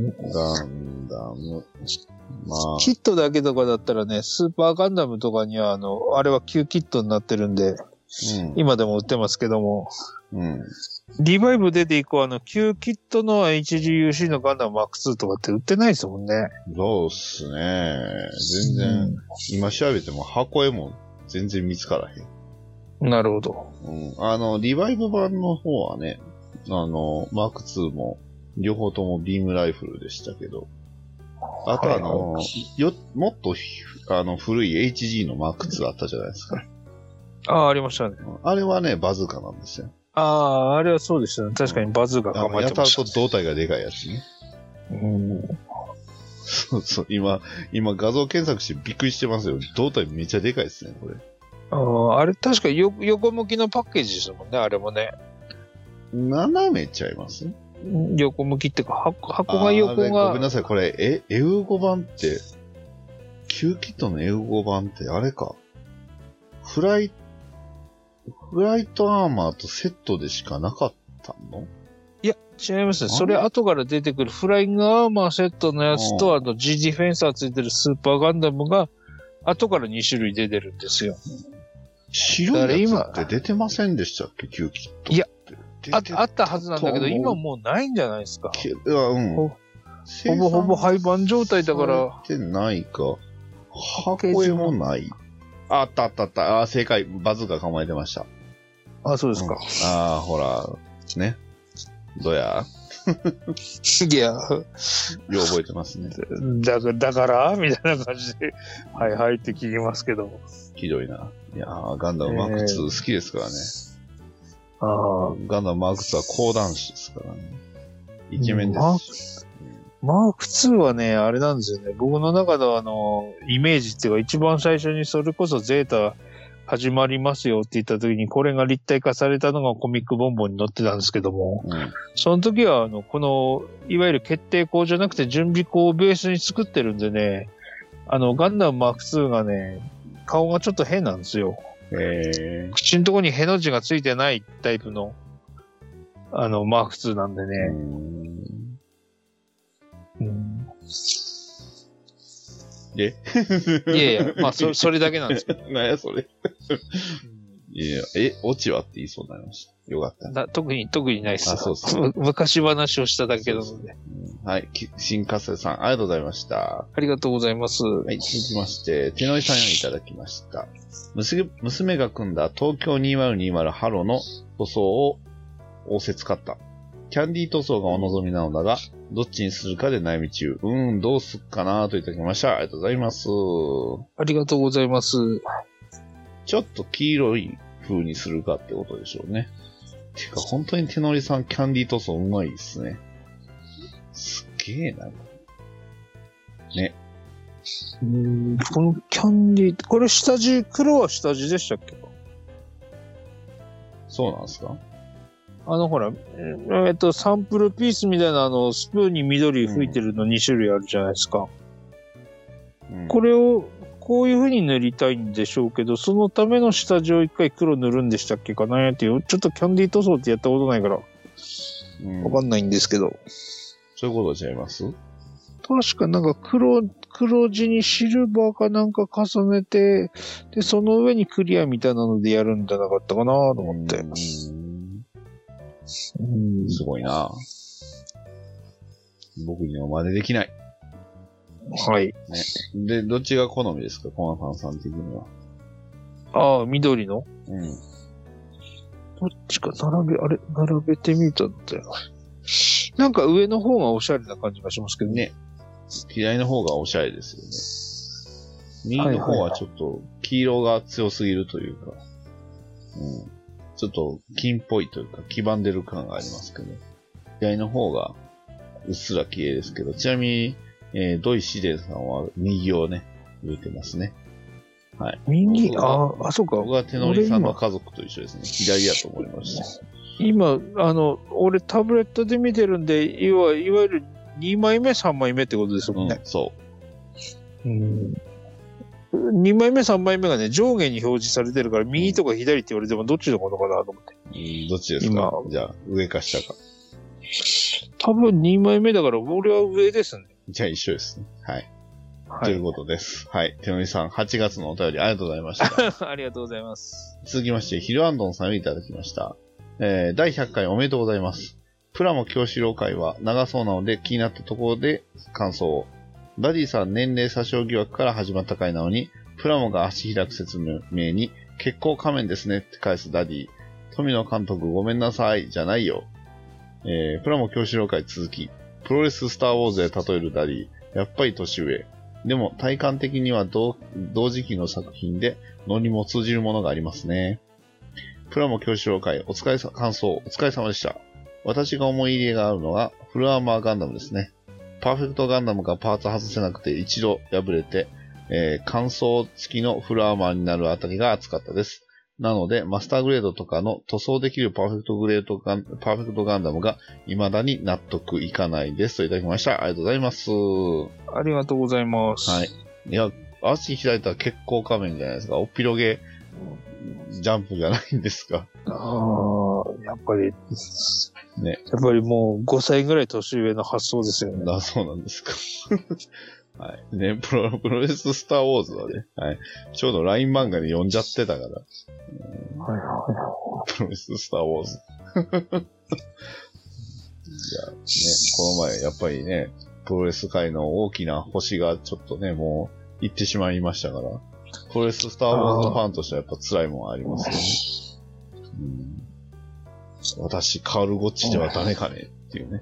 ガンダム、まあ。 キットだけとかだったらね、スーパーガンダムとかには、あの、あれは Q キットになってるんで、うん、今でも売ってますけども、うん。リバイブ出て以降、あの、Q キットの エイチジーユーシー のガンダムマークツーとかって売ってないですもんね。 そうっすね。全然、うん、今調べても箱絵も全然見つからへん。なるほど。 うん。あの、リバイブ版の方はね、あの、マークツーも、両方ともビームライフルでしたけど、あとあの、はいはい、よ、もっと、あの、古い エイチジー のマークツーあったじゃないですか。 ああ、ありましたね。 あれはね、バズーカなんですよ。 ああ、あれはそうでしたね。確かにバズーカ構えてました、ね。 やたらと胴体がでかいやつね。うん。そうそう、今、今画像検索してびっくりしてますよ。胴体めっちゃでかいですね、これ。 ああ、あれ確かよ横向きのパッケージですもんね、あれもね。 斜めちゃいます横向きってか、箱、箱が横が。 ごめんなさい、これ、え、エウゴ版って、Qキットのエウゴ版って、あれか。フライ、フライトアーマーとセットでしかなかったの？ いや、違いますね。それ後から出てくるフライングアーマーセットのやつと、あと G ディフェンサーついてるスーパーガンダムが、後からに種類出てるんですよ。 白いやつって出てませんでしたっけ？ Q キット。 いや、あ, あったはずなんだけど、今もうないんじゃないですか。 いや、うん。 ほ, ほぼほぼ廃盤状態だから。 出てないか。箱絵もない。あったあったあった。あ、正解。バズーカ構えてました。 あ、そうですか。うん、 ああ、ほら。ね。どうやいや。よう覚えてますね。 だ, だからみたいな感じで、はいはいって聞きますけど。 ひどいな。いやー、ガンダムマークツー好きですからね。 えー、ああ。 ガンダムマークツーは高男子ですからね。イケメンですし。 マークツーはね、あれなんですよね。僕の中のあの、イメージっていうか、一番最初にそれこそゼータ始まりますよって言った時に、これが立体化されたのがコミックボンボンに載ってたんですけども、うん、その時は、あの、この、いわゆる決定項じゃなくて準備項をベースに作ってるんでね、あの、ガンダムマークツーがね、顔がちょっと変なんですよ。 へー。 口のところにへの字がついてないタイプの、あの、マークツーなんでね。うん、 えいやいや、まあ、そ、それだけなんですけど。 なんや、それ。いや、え、オチはって言いそうになりました。よかった。 だ特に、特にないっす。 あ、そうそう。 昔話をしただけなので。 はい。新カセさん、ありがとうございました。 ありがとうございます。はい。続きまして、手のりさんよりいただきました。娘、娘が組んだ東京にせんにじゅうハロの塗装を仰せ使った。キャンディー塗装がお望みなのだが、どっちにするかで悩み中。うーん、どうすっかなといただきました。ありがとうございます。 ありがとうございます。 ちょっと黄色い風にするかってことでしょうね。てか、本当に手のりさん、キャンディー塗装うまいですね。すげえな。ね。 うーん、このキャンディー、これ下地、黒は下地でしたっけ？ そうなんですか？ あの、ほら、えっと、サンプルピースみたいな、あの、スプーンに緑吹いてるのに種類あるじゃないですか。うん、これを、こういう風に塗りたいんでしょうけど、そのための下地を一回黒塗るんでしたっけかなっていう、ちょっとキャンディー塗装ってやったことないから、うん、わかんないんですけど。 そういうことちゃいます？ 確かなんか黒、黒地にシルバーかなんか重ねて、で、その上にクリアみたいなのでやるんじゃなかったかなと思って。うんうん、すごいな。僕には真似できない。 はい。 ね。で、どっちが好みですか、コナタンさん的には。 ああ、緑の？ うん。どっちか並べ、あれ、並べてみたんだよ。なんか上の方がおしゃれな感じがしますけどね。 左の方がおしゃれですよね。右の方はちょっと黄色が強すぎるというか、はいはいはい、うん。ちょっと金っぽいというか、黄ばんでる感がありますけど、左の方がうっすら綺麗ですけど、ちなみに、えー、土井シデさんは右をね、入れてますね。はい。 右、ああ、そうか。 僕は手乗りさんの家族と一緒ですね。左やと思いました。 今、あの、俺タブレットで見てるんで、いわいわゆるにまいめ、さんまいめってことですもんね。 うん、そう。 うん。にまいめ、さんまいめがね、上下に表示されてるから、右とか左って言われてもどっちのことかなと思って。 うん、どっちですか？じゃあ、上か下か。 多分にまいめだから、俺は上ですね。 じゃあ一緒ですね。はい。はい、ということです。はい。手乗りさん、はちがつのお便りありがとうございました。 ありがとうございます。 続きまして、ヒルアンドンさんよりいただきました。えー、だいひゃっかいおめでとうございます。プラモ教師郎会は長そうなので気になったところで感想を。ダディさん年齢詐称疑惑から始まった回なのに、プラモが足開く説明に、結構仮面ですねって返すダディ。富野監督ごめんなさい、じゃないよ。えー、プラモ教師郎会続き。プロレススターウォーズで例えるダディ。やっぱり年上。でも体感的には 同, 同時期の作品でノリも通じるものがありますね。プラモ教師郎会、お疲れさ、感想、お疲れ様でした。私が思い入れがあるのは、フルアーマーガンダムですね。パーフェクトガンダムがパーツ外せなくて一度破れて、えー、乾燥付きのフルアーマーになるあたりが熱かったです。なので、マスターグレードとかの塗装できるパーフェクトグレードガン、パーフェクトガンダムが未だに納得いかないです。といただきました。ありがとうございます。 ありがとうございます。 はい。いや、足開いたら結構仮面じゃないですか。おっぴろげ、ジャンプじゃないんですか。 ああ、やっぱり、 ね。 やっぱりもうごさいぐらい年上の発想ですよね。 あ、そうなんですか。はい。ね、プロ、プロレススターウォーズはね、はい。ちょうど ライン 漫画で読んじゃってたから。うん、 はいはいはい。 プロレススターウォーズ。じゃあね、この前、やっぱりね、プロレス界の大きな星がちょっとね、もう行ってしまいましたから、プロレススターウォーズのファンとしてはやっぱ辛いもんありますよね。うん、私、カール・ゴッチではダメかねっていうね。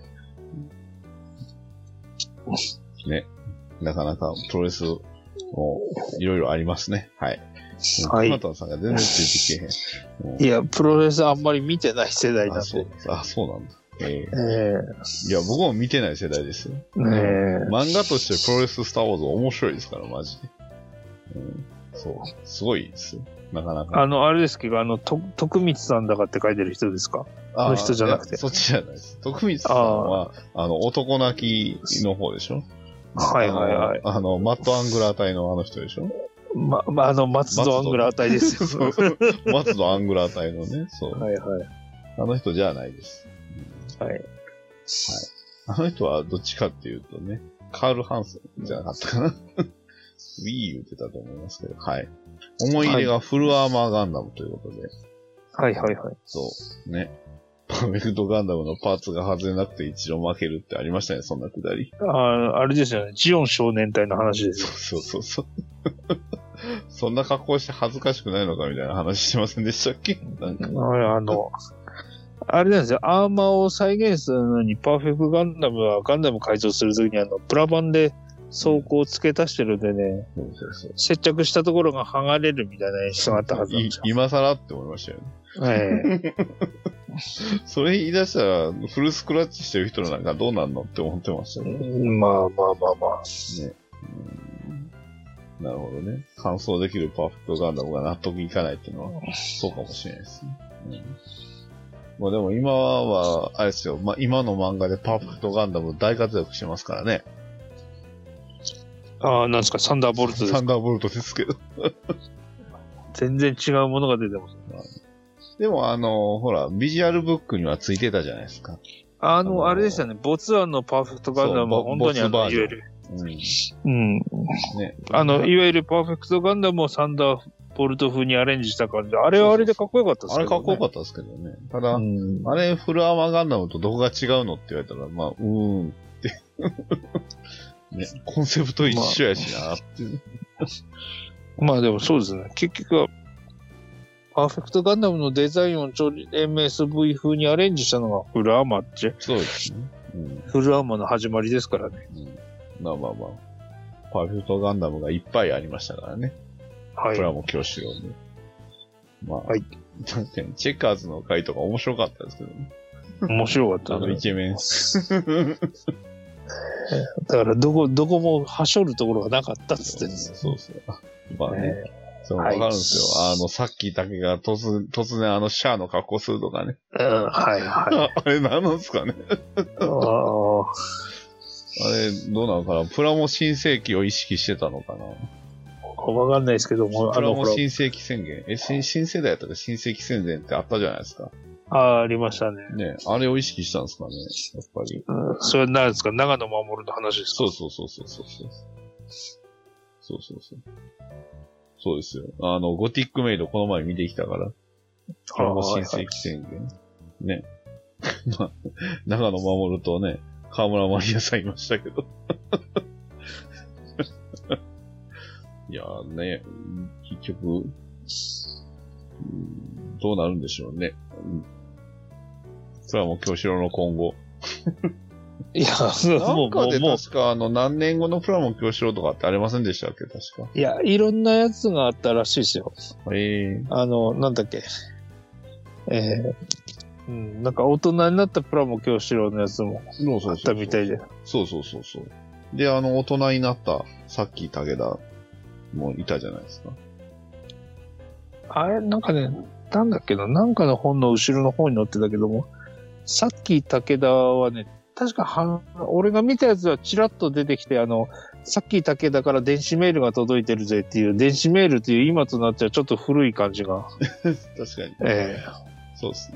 ね。なかなかプロレスもいろいろありますね。はい。はい。トマトさんが全然ついてけへん。いや、プロレスあんまり見てない世代なんで。 あ、そう、あ、そうなんだ。えー、 えー、いや、僕も見てない世代ですよ。 ねえ。 漫画としてプロレススターウォーズ面白いですから、マジで。うん、そう。すごいですよ。なかなか。 あの、あれですけど、あの、と、徳光さんだかって書いてる人ですか？あの人じゃなくて。 そっちじゃないです。徳光さんは、あ, あの、男泣きの方でしょ？ はいはいはい。 あの、マットアングラー隊のあの人でしょ？ ま、ま、あの、松戸アングラー隊ですよ。 そう。松戸アングラー隊のね、そう。 はいはい。 あの人じゃないです。 はい。はい。 あの人はどっちかっていうとね、カール・ハンセンじゃなかったかな。ウィー言ってたと思いますけど、はい。思い入れがフルアーマーガンダムということで。 はいはいはい。 そう。ね。 パーフェクトガンダムのパーツが外れなくて一度負けるってありましたね、そんなくだり。 ああ、あれですよね。ジオン少年隊の話ですよ。 そうそうそうそう。そんな格好して恥ずかしくないのかみたいな話してませんでしたっけ？なんかあの、あれなんですよ。アーマーを再現するのに、パーフェクトガンダムはガンダム改造するときにあの、プラ板で装甲を付け足してるんでね、 そうそうそう接着したところが剥がれるみたいな演出があったはずなんですよ。 今更って思いましたよね。 ええそれ言い出したら、フルスクラッチしてる人なんかどうなんのって思ってましたね。 まあまあまあまあ。 ね、うん、なるほどね。完走できるパーフェクトガンダムが納得いかないっていうのは、そうかもしれないですね。うん、まあでも今は、あれですよ。まあ今の漫画でパーフェクトガンダム大活躍してますからね。 ああ、なんですか、サンダーボルトですか。 サンダーボルトですけど。 全然違うものが出てます。 でもあの、ほら、ビジュアルブックにはついてたじゃないですか。 あの、あのー、あれでしたね、ボツワンのパーフェクトガンダムは本当にあの、いわゆる、うん。うん。ね。あの、いわゆるパーフェクトガンダムをサンダーボルト風にアレンジした感じで、あれはあれでかっこよかったですけどね。 あれかっこよかったですけどね。ただ、うん、あれフルアーマーガンダムとどこが違うのって言われたら、まあ、うーんって。ね、コンセプト一緒やしなって。 まあでもそうですね。結局は、パーフェクトガンダムのデザインをちょ エムエスブイ 風にアレンジしたのがフルアーマーって。 そうですね。 うん、フルアーマーの始まりですからね。 うん、まあまあまあ。パーフェクトガンダムがいっぱいありましたからね。はい。プラモ教師用に。まあ。はい。チェッカーズの回とか面白かったですけどね。 面白かった、ね。 あのイケメン。 だから、どこ、どこもはしょるところがなかったっつってんですよ。 そうそう。まあね。えー、そう、わかるんですよ。はい、あの、さっきだけが突然、突然あの、シャアの格好するとかね。 うん、はい、はい。 あれ何なんですかね。ああ。あれ、どうなのかな。プラモ新世紀を意識してたのかな。 わかんないですけども。 プラモ新世紀宣言。え、新、新世代やったら新世紀宣言ってあったじゃないですか。 ああ、ありましたね。 ね、あれを意識したんですかね、やっぱり。 うん、それは何ですか、長野守の話ですか。 そうそうそうそうそう。そうそうそう。そうですよ。あの、ゴティックメイドこの前見てきたから。プラモ新世紀宣言。ね。まあ、長野守とね、河村マリアさんいましたけど。いやーね、結局、どうなるんでしょうね。それはもう京志郎の今後。 いや、 なんかで確かあの何年後のプラモ京志郎とかってありませんでしたっけ確か。 いや、いろんなやつがあったらしいですよ。 へえ。 あの、なんだっけ。えー、うん、なんか大人になったプラモ京志郎のやつもあったみたいで。 そうそうそうそう。で、あの大人になったさっき武田もいたじゃないですか。 あれ、なんかね、なんだっけな、なんかの本の後ろの方に載ってたけども、さっき武田はね、確かは、俺が見たやつはチラッと出てきて、あの、さっき武田から電子メールが届いてるぜっていう、電子メールっていう今となってはちょっと古い感じが。 確かに。 ええー、そうですね。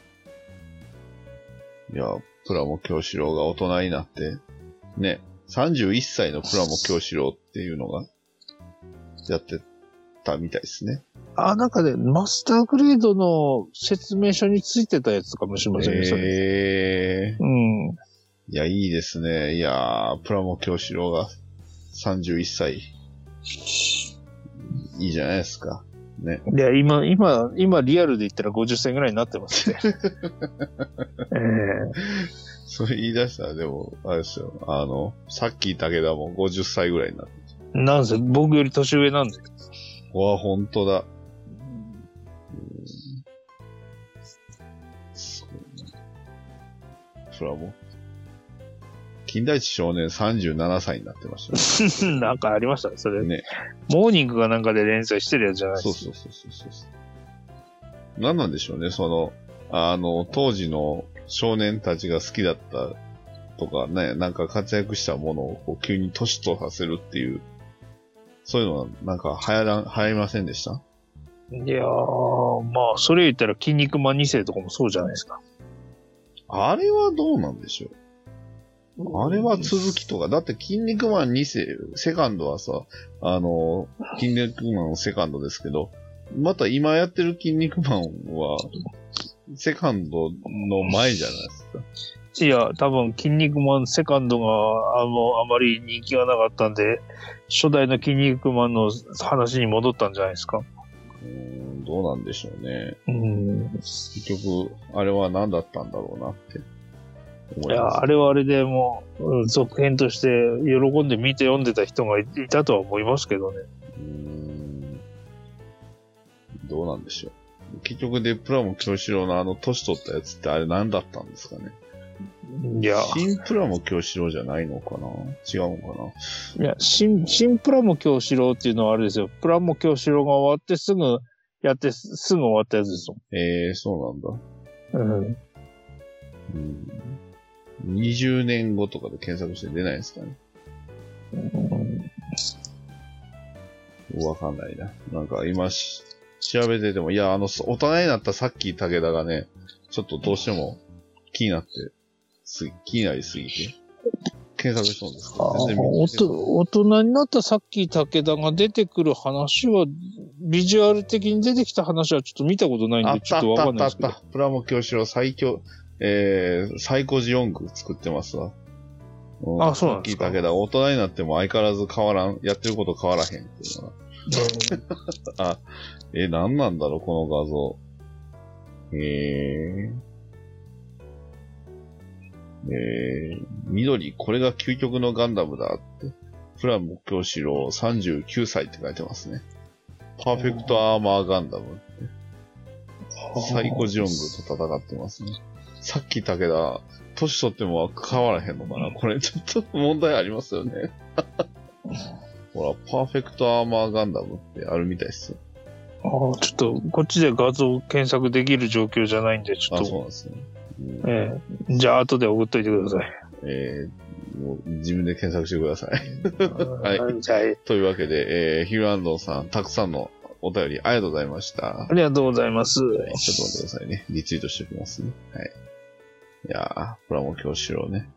いや、プラモ京志郎が大人になって、ね、さんじゅういっさいのプラモ京志郎っていうのが、やってたみたいですね。 あ、なんかね、マスターグレードの説明書についてたやつかもしれませんね、それ。 えー。 うん。 いや、いいですね。いやー、プラモ京志郎がさんじゅういっさい。いいじゃないですか。ね。 いや、今、今、今リアルで言ったらごじゅっさいぐらいになってますね。ええー。 それ言い出したら、でも、あれですよ。あの、さっき武田もごじゅっさいぐらいになってる。なんせ、僕より年上なんで。 うわ、ほんとだ。プラモ。金田一少年さんじゅうななさいになってましたね。 なんかありましたね、それ。 ね。 モーニングがなんかで連載してるやつじゃないですか。 そうそうそうそうそう。何なんでしょうね、その、あの、当時の少年たちが好きだったとかね、なんか活躍したものをこう急に年とさせるっていう、そういうのはなんか流行らん、流行りませんでした？ いやー、まあ、それ言ったら筋肉マンに世とかもそうじゃないですか。 あれはどうなんでしょう。あれは続きとか、だって筋肉マンに世、セカンドはさ、あの、筋肉マンセカンドですけど、また今やってる筋肉マンは、 セカンドの前じゃないですか。 いや、多分、筋肉マンセカンドが、あの、あまり人気がなかったんで、初代の筋肉マンの話に戻ったんじゃないですか。 うーん、どうなんでしょうね。 うん。 結局、あれは何だったんだろうなって思いや、 います。 あれはあれでもう、続編として喜んで見て読んでた人がいたとは思いますけどね。 うーん、どうなんでしょう。結局でプラモ京志郎のあの年取ったやつってあれ何だったんですかね。 いや、 新プラモ京志郎じゃないのかな、違うのかな。 いや、新、新プラモ京志郎っていうのはあれですよ。プラモ京志郎が終わってすぐやってすぐ終わったやつですよ。 えー、そうなんだ。 うん。 うん、にじゅうねんごとかで検索して出ないですかね。うん、わかんないな。なんか今し調べてても、いや、あの、大人になったさっき武田がね、ちょっとどうしても気になって、す気になりすぎて、検索したんですけど、全然見つけた。 大人になったさっき武田が出てくる話は、ビジュアル的に出てきた話はちょっと見たことないんで、ちょっとわかんないですけど。 あったあったあった。プラモ京志郎最強、えー、最高寺音具作ってますわ。うん、 あ、そうなんですか。 さっき武田、大人になっても相変わらず変わらん、やってること変わらへんっていうのが。あ、え、なんなんだろう、この画像。えー。えー、緑、これが究極のガンダムだって。プラモ京志郎さんじゅうきゅうさいって書いてますね。パーフェクトアーマーガンダムって。最高ジオングと戦ってますね。さっき武田、年取っても変わらへんのかな、これちょっと問題ありますよね。ほら、パーフェクトアーマーガンダムってあるみたいですよ。 ああ、ちょっと、こっちで画像検索できる状況じゃないんで、ちょっと。 あ、そうなんですね。うん、 ええー、じゃあ、後で送っといてください。 えー、もう自分で検索してください。はい。 じゃあ、 というわけで、えー、ヒルアンドンさん、たくさんのお便りありがとうございました。 ありがとうございます。 はい、ちょっと待ってくださいね。リツイートしておきますね。はい。いやー、プラモ京志郎ね。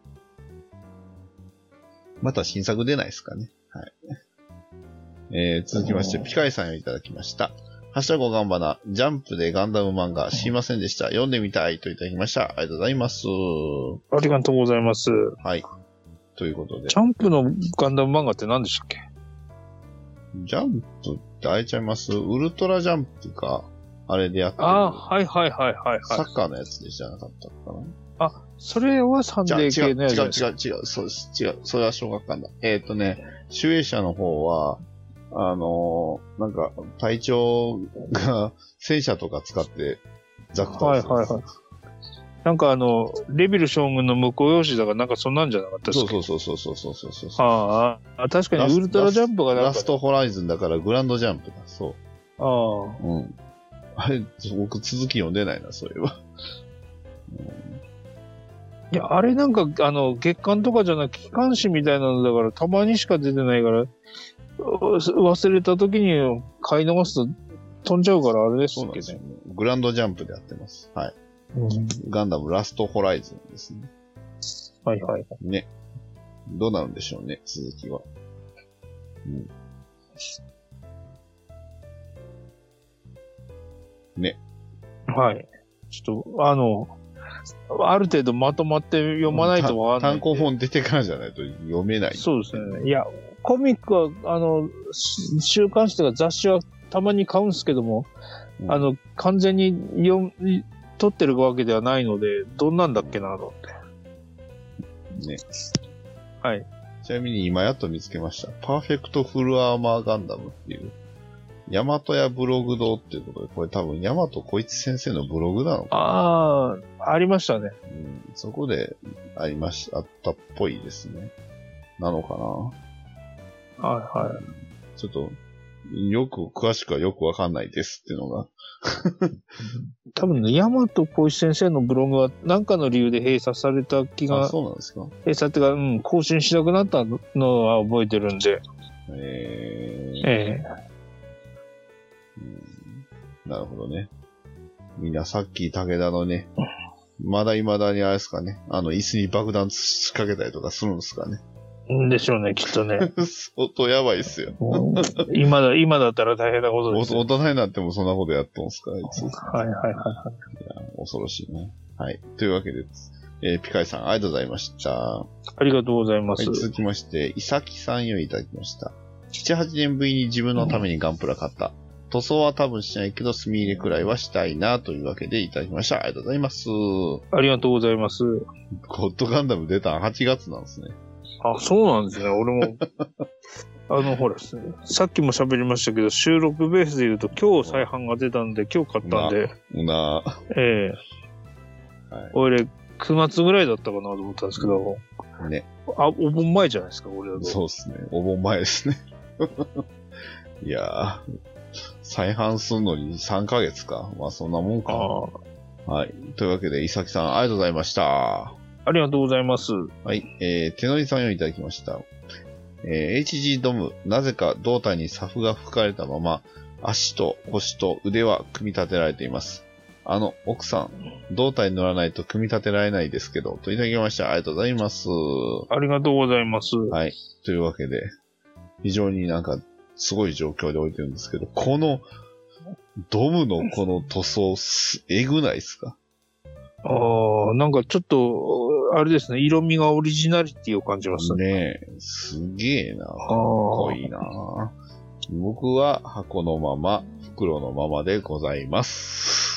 また新作出ないですかね。はい。えー、続きまして、ピカイさんをいただきました。ハッシュタグガンバナ、ジャンプでガンダム漫画知りませんでした。読んでみたいといただきました。ありがとうございます。 ありがとうございます。 はい。ということで。 ジャンプのガンダム漫画って何でしたっけ？ ジャンプってあえちゃいます？ウルトラジャンプか、あれでやってる。 ああ、はいはいはいはい、はい。 サッカーのやつでじゃなかったかな。 あ、それはサンデー系のやつ。 違う違う違う違う、そうです。違う。それは小学館だ。えっ、ー、とね、集英社の方は、あのー、なんか、隊長が戦車とか使ってザク倒す。はいはいはい。 なんかあの、レビル将軍の向こう用紙だからなんかそんなんじゃなかったっすか？ そうそうそうそうそうそうそう。 ああ、確かにウルトラジャンプがなんか、 ラストホライズンだからグランドジャンプだ。そう。 ああ。 うん。あれ、僕続き読んでないな、そういえば。 うん、いや、あれなんか、あの、月刊とかじゃなく機関誌みたいなのだから、たまにしか出てないから、忘れた時に買い逃すと飛んじゃうからあれですけどね。 そうなんですよね。グランドジャンプでやってます。はい。うん、ガンダムラストホライズンですね。 はいはい。 ね。どうなるんでしょうね、続きは。うん。ね。 はい。ちょっと、あの、ある程度まとまって読まないとわかんない。 単行本出てからじゃないと読めない。 そうですね。いや、コミックは、あの、週刊誌とか雑誌はたまに買うんですけども、うん、あの、完全に読み、撮ってるわけではないので、どんなんだっけなと思って。 ね。 はい。 ちなみに今やっと見つけました。パーフェクトフルアーマーガンダムっていう、ヤマトヤブログ堂っていうことで、これ多分ヤマト小一先生のブログなのかな。 ああ、ありましたね。 うん。そこでありまし、あったっぽいですね。なのかな。はいはい。 ちょっと、よく、詳しくはよくわかんないですっていうのが。 多分ね、ヤマト小石先生のブログは何かの理由で閉鎖された気が。 あ、そうなんですか？ 閉鎖っていうか、うん、更新しなくなったのは覚えてるんで。 えー、 ええーうん。なるほどね。みんなさっき武田のね、まだ未だにあれですかね、あの椅子に爆弾仕掛けたりとかするんですかね。 でしょうね、きっとね。 相当やばいっすよ。 今だ、今だったら大変なことですよ。 大人になってもそんなことやっとんすか、あいつ。 はいはいはいはい。いや、恐ろしいね。はい。というわけで、えー、ピカイさん、ありがとうございました。 ありがとうございます。 はい、続きまして、イサキさんよりいただきました。なな、はちねんぶりに自分のためにガンプラ買った。うん、塗装は多分しないけど、墨入れくらいはしたいな、というわけでいただきました。ありがとうございます。 ありがとうございます。 ゴッドガンダム出たのはちがつなんですね。 あ、そうなんですね。俺も、あの、ほら、さっきも喋りましたけど、収録ベースで言うと、今日再販が出たんで、今日買ったんで。 な、なええーはい、俺、くがつぐらいだったかなと思ったんですけど、 ね。 あ、お盆前じゃないですか、俺は。 そうですね。お盆前ですね。いやー、再販すんのにさんかげつか。まあ、そんなもんか。はい。というわけで、伊崎さん、ありがとうございました。 ありがとうございます。 はい。えー、手乗りさんよりいただきました。えー、エイチジー ドム、なぜか胴体にサフが吹かれたまま、足と腰と腕は組み立てられています。あの、奥さん、胴体に乗らないと組み立てられないですけど、といただきました。ありがとうございます。 ありがとうございます。 はい。というわけで、非常になんか、すごい状況で置いてるんですけど、この、ドムのこの塗装、えぐないですか？ ああ、なんかちょっと、あれですね、色味がオリジナリティを感じますね。 ねえ、すげえな。かっこいいな。僕は箱のまま、袋のままでございます。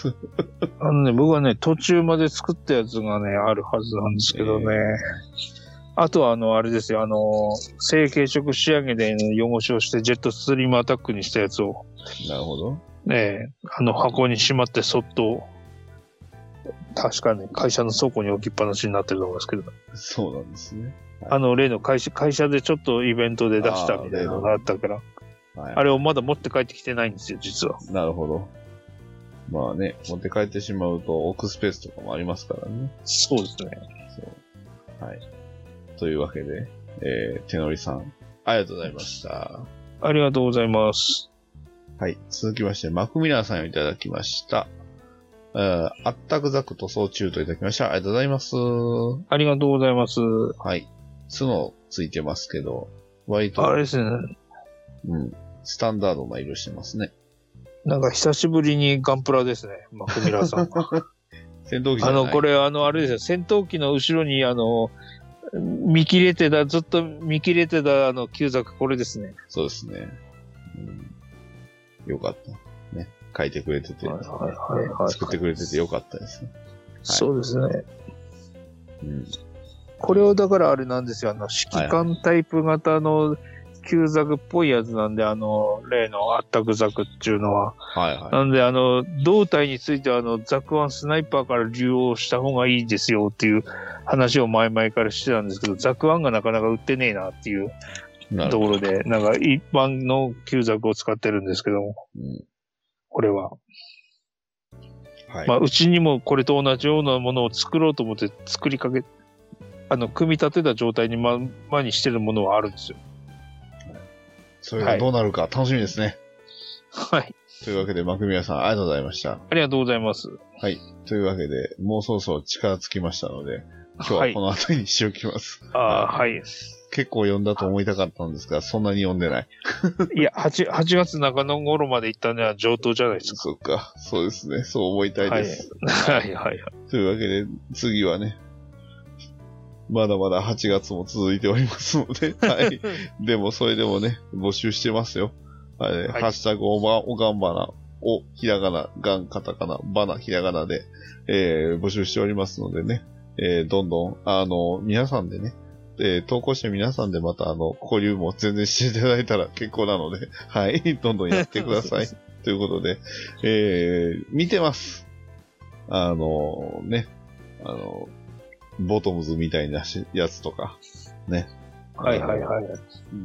あのね、僕はね、途中まで作ったやつがね、あるはずなんですけどね。えー、あとは、あの、あれですよ、あの、成型色仕上げで汚しをして、ジェットストリームアタックにしたやつを。 なるほど。 ねえ、あの、箱にしまってそっと、確かね、会社の倉庫に置きっぱなしになってると思いますけど。 そうなんですね。 はい、あの、例の会社、会社でちょっとイベントで出したみたいなのがあったから。あ, はい、あれをまだ持って帰ってきてないんですよ、実は。 なるほど。まあね、持って帰ってしまうと置くスペースとかもありますからね。 そうですね。 そう。はい。というわけで、えー、手乗りさん、ありがとうございました。 ありがとうございます。 はい。続きまして、マクミラーさんをいただきました。あったくざく塗装中といただきました。ありがとうございます。 ありがとうございます。 はい。角ついてますけど、割と。 あれですね。 うん。スタンダードな色してますね。 なんか久しぶりにガンプラですね、マクミラーさん。 戦闘機じゃない。 あの、これ、あの、あれですよ、戦闘機の後ろに、あの、見切れてた、ずっと見切れてた、あの、旧作、これですね。 そうですね。うん、よかった。ね。書いてくれてて、はいはいはい、作ってくれててよかったですね。はい、 そうですね。 うん。 これをだからあれなんですよ、あの、指揮官タイプ型の旧ザクっぽいやつなんで、あの、例のあったくザクっていうのは。 はいはい。 なんで、あの、胴体については、あの、ザクワンスナイパーから利用した方がいいですよっていう話を前々からしてたんですけど、ザクワンがなかなか売ってねえなっていうところで、なんか一般の旧ザクを使ってるんですけども、うん、これは。はい。まあ、うちにもこれと同じようなものを作ろうと思って作りかけ、あの、組み立てた状態にま、まにしてるものはあるんですよ。 それがどうなるか楽しみですね。 はい。 というわけで、マクミヤさん、ありがとうございました。 ありがとうございます。 はい。というわけで、もうそろそろ力尽きましたので、今日はこの後にしておきます。 はい、ああ、はい。 結構読んだと思いたかったんですが、そんなに読んでない。 いや、はち、はちがつ中の頃まで行ったのは上等じゃないですか。 そっか。そうですね。そう思いたいです。 はい、はい、はい。 というわけで、次はね、まだまだはちがつも続いておりますので、はい。でも、それでもね、募集してますよ。はい。ハッシュタグおば、おがんばな、お、ひらがな、がん、カタカナ、ばな、ひらがなで、えー、募集しておりますのでね、えー、どんどん、あの、皆さんでね、えー、投稿して皆さんでまた、あの、交流も全然していただいたら結構なので、はい。どんどんやってください。ということで、えー、見てます。あの、ね、あの、ボトムズみたいなやつとか、ね。 はいはいはい。 うん。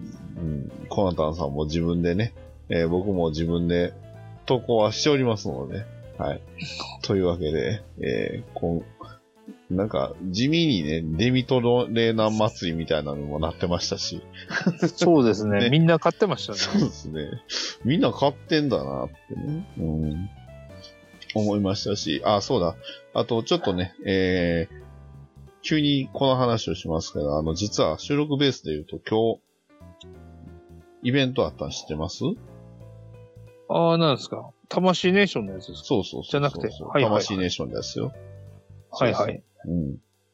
コナタンさんも自分でね、えー、僕も自分で投稿はしておりますので、はい。というわけで、えー、こんなんか、地味にね、デミトロレーナン祭りみたいなのもなってましたし。 そうですね。ねみんな買ってましたね。 そうですね。みんな買ってんだなってね。うん。思いましたし、あ、そうだ。あと、ちょっとね、えー、 急にこの話をしますけど、あの、実は収録ベースで言うと今日、イベントあったの知ってます？ ああ、なんですか。魂ネーションのやつですか？ そうそうそうそう。 じゃなくて、 はいはい、魂ネーションですよ。 はいはい。 うん。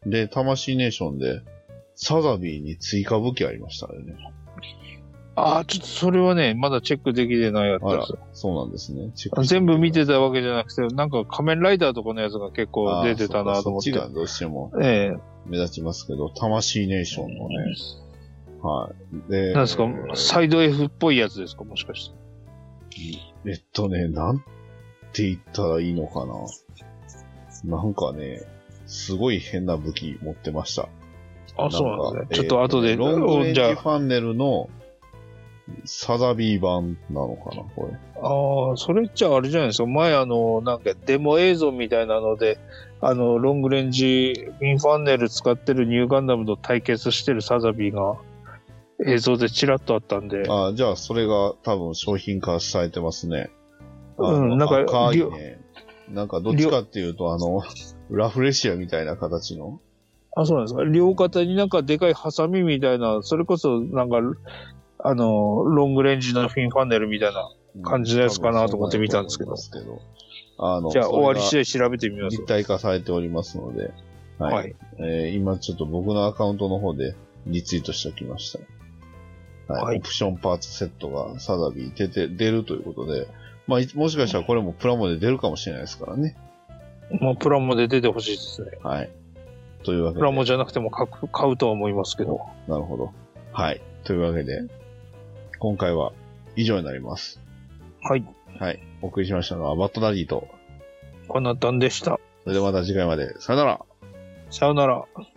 で、魂ネーションで、サザビーに追加武器ありましたよね。 ああ、ちょっとそれはね、まだチェックできてないやつです。 そうなんですね。 チェック全部見てたわけじゃなくて、なんか仮面ライダーとかのやつが結構出てたなと思って。 そっちがどうしても目立ちますけど、ええ、魂ネーションのね。はい。で、 なんですか、サイド F っぽいやつですか、もしかして。 えっとね、なんて言ったらいいのかな。なんかね、すごい変な武器持ってました。 あ、そうなんですね。ちょっと後で、 えー、ロングレンジファンネルのサザビー版なのかな、これ。 ああ、それっちゃあれじゃないですか。前あの、なんかデモ映像みたいなので、あの、ロングレンジフィンファンネル使ってるニューガンダムと対決してるサザビーが映像でチラッとあったんで。 ああ、じゃあそれが多分商品化されてますね。 うん、なんか、 赤いね。なんかどっちかっていうと、あの、ラフレシアみたいな形の。 あ、そうなんですか。両肩になんかでかいハサミみたいな、それこそなんか、あの、ロングレンジのフィンファンネルみたいな感じのやつかなと思って見たんですけど。あの、じゃあ終わり次第調べてみます。 立体化されておりますので。はい。はい、えー、今ちょっと僕のアカウントの方でリツイートしておきました。はい。はい、オプションパーツセットがサザビー出て、出るということで、まあ、もしかしたらこれもプラモで出るかもしれないですからね。 まあ、プラモで出てほしいですね。 はい。というわけで。 プラモじゃなくても買う、買うとは思いますけど。 なるほど。はい。というわけで、今回は以上になります。 はい。 はい。お送りしましたのはバッドダディと、 コナタンでした。 それではまた次回まで。さよなら。 さよなら。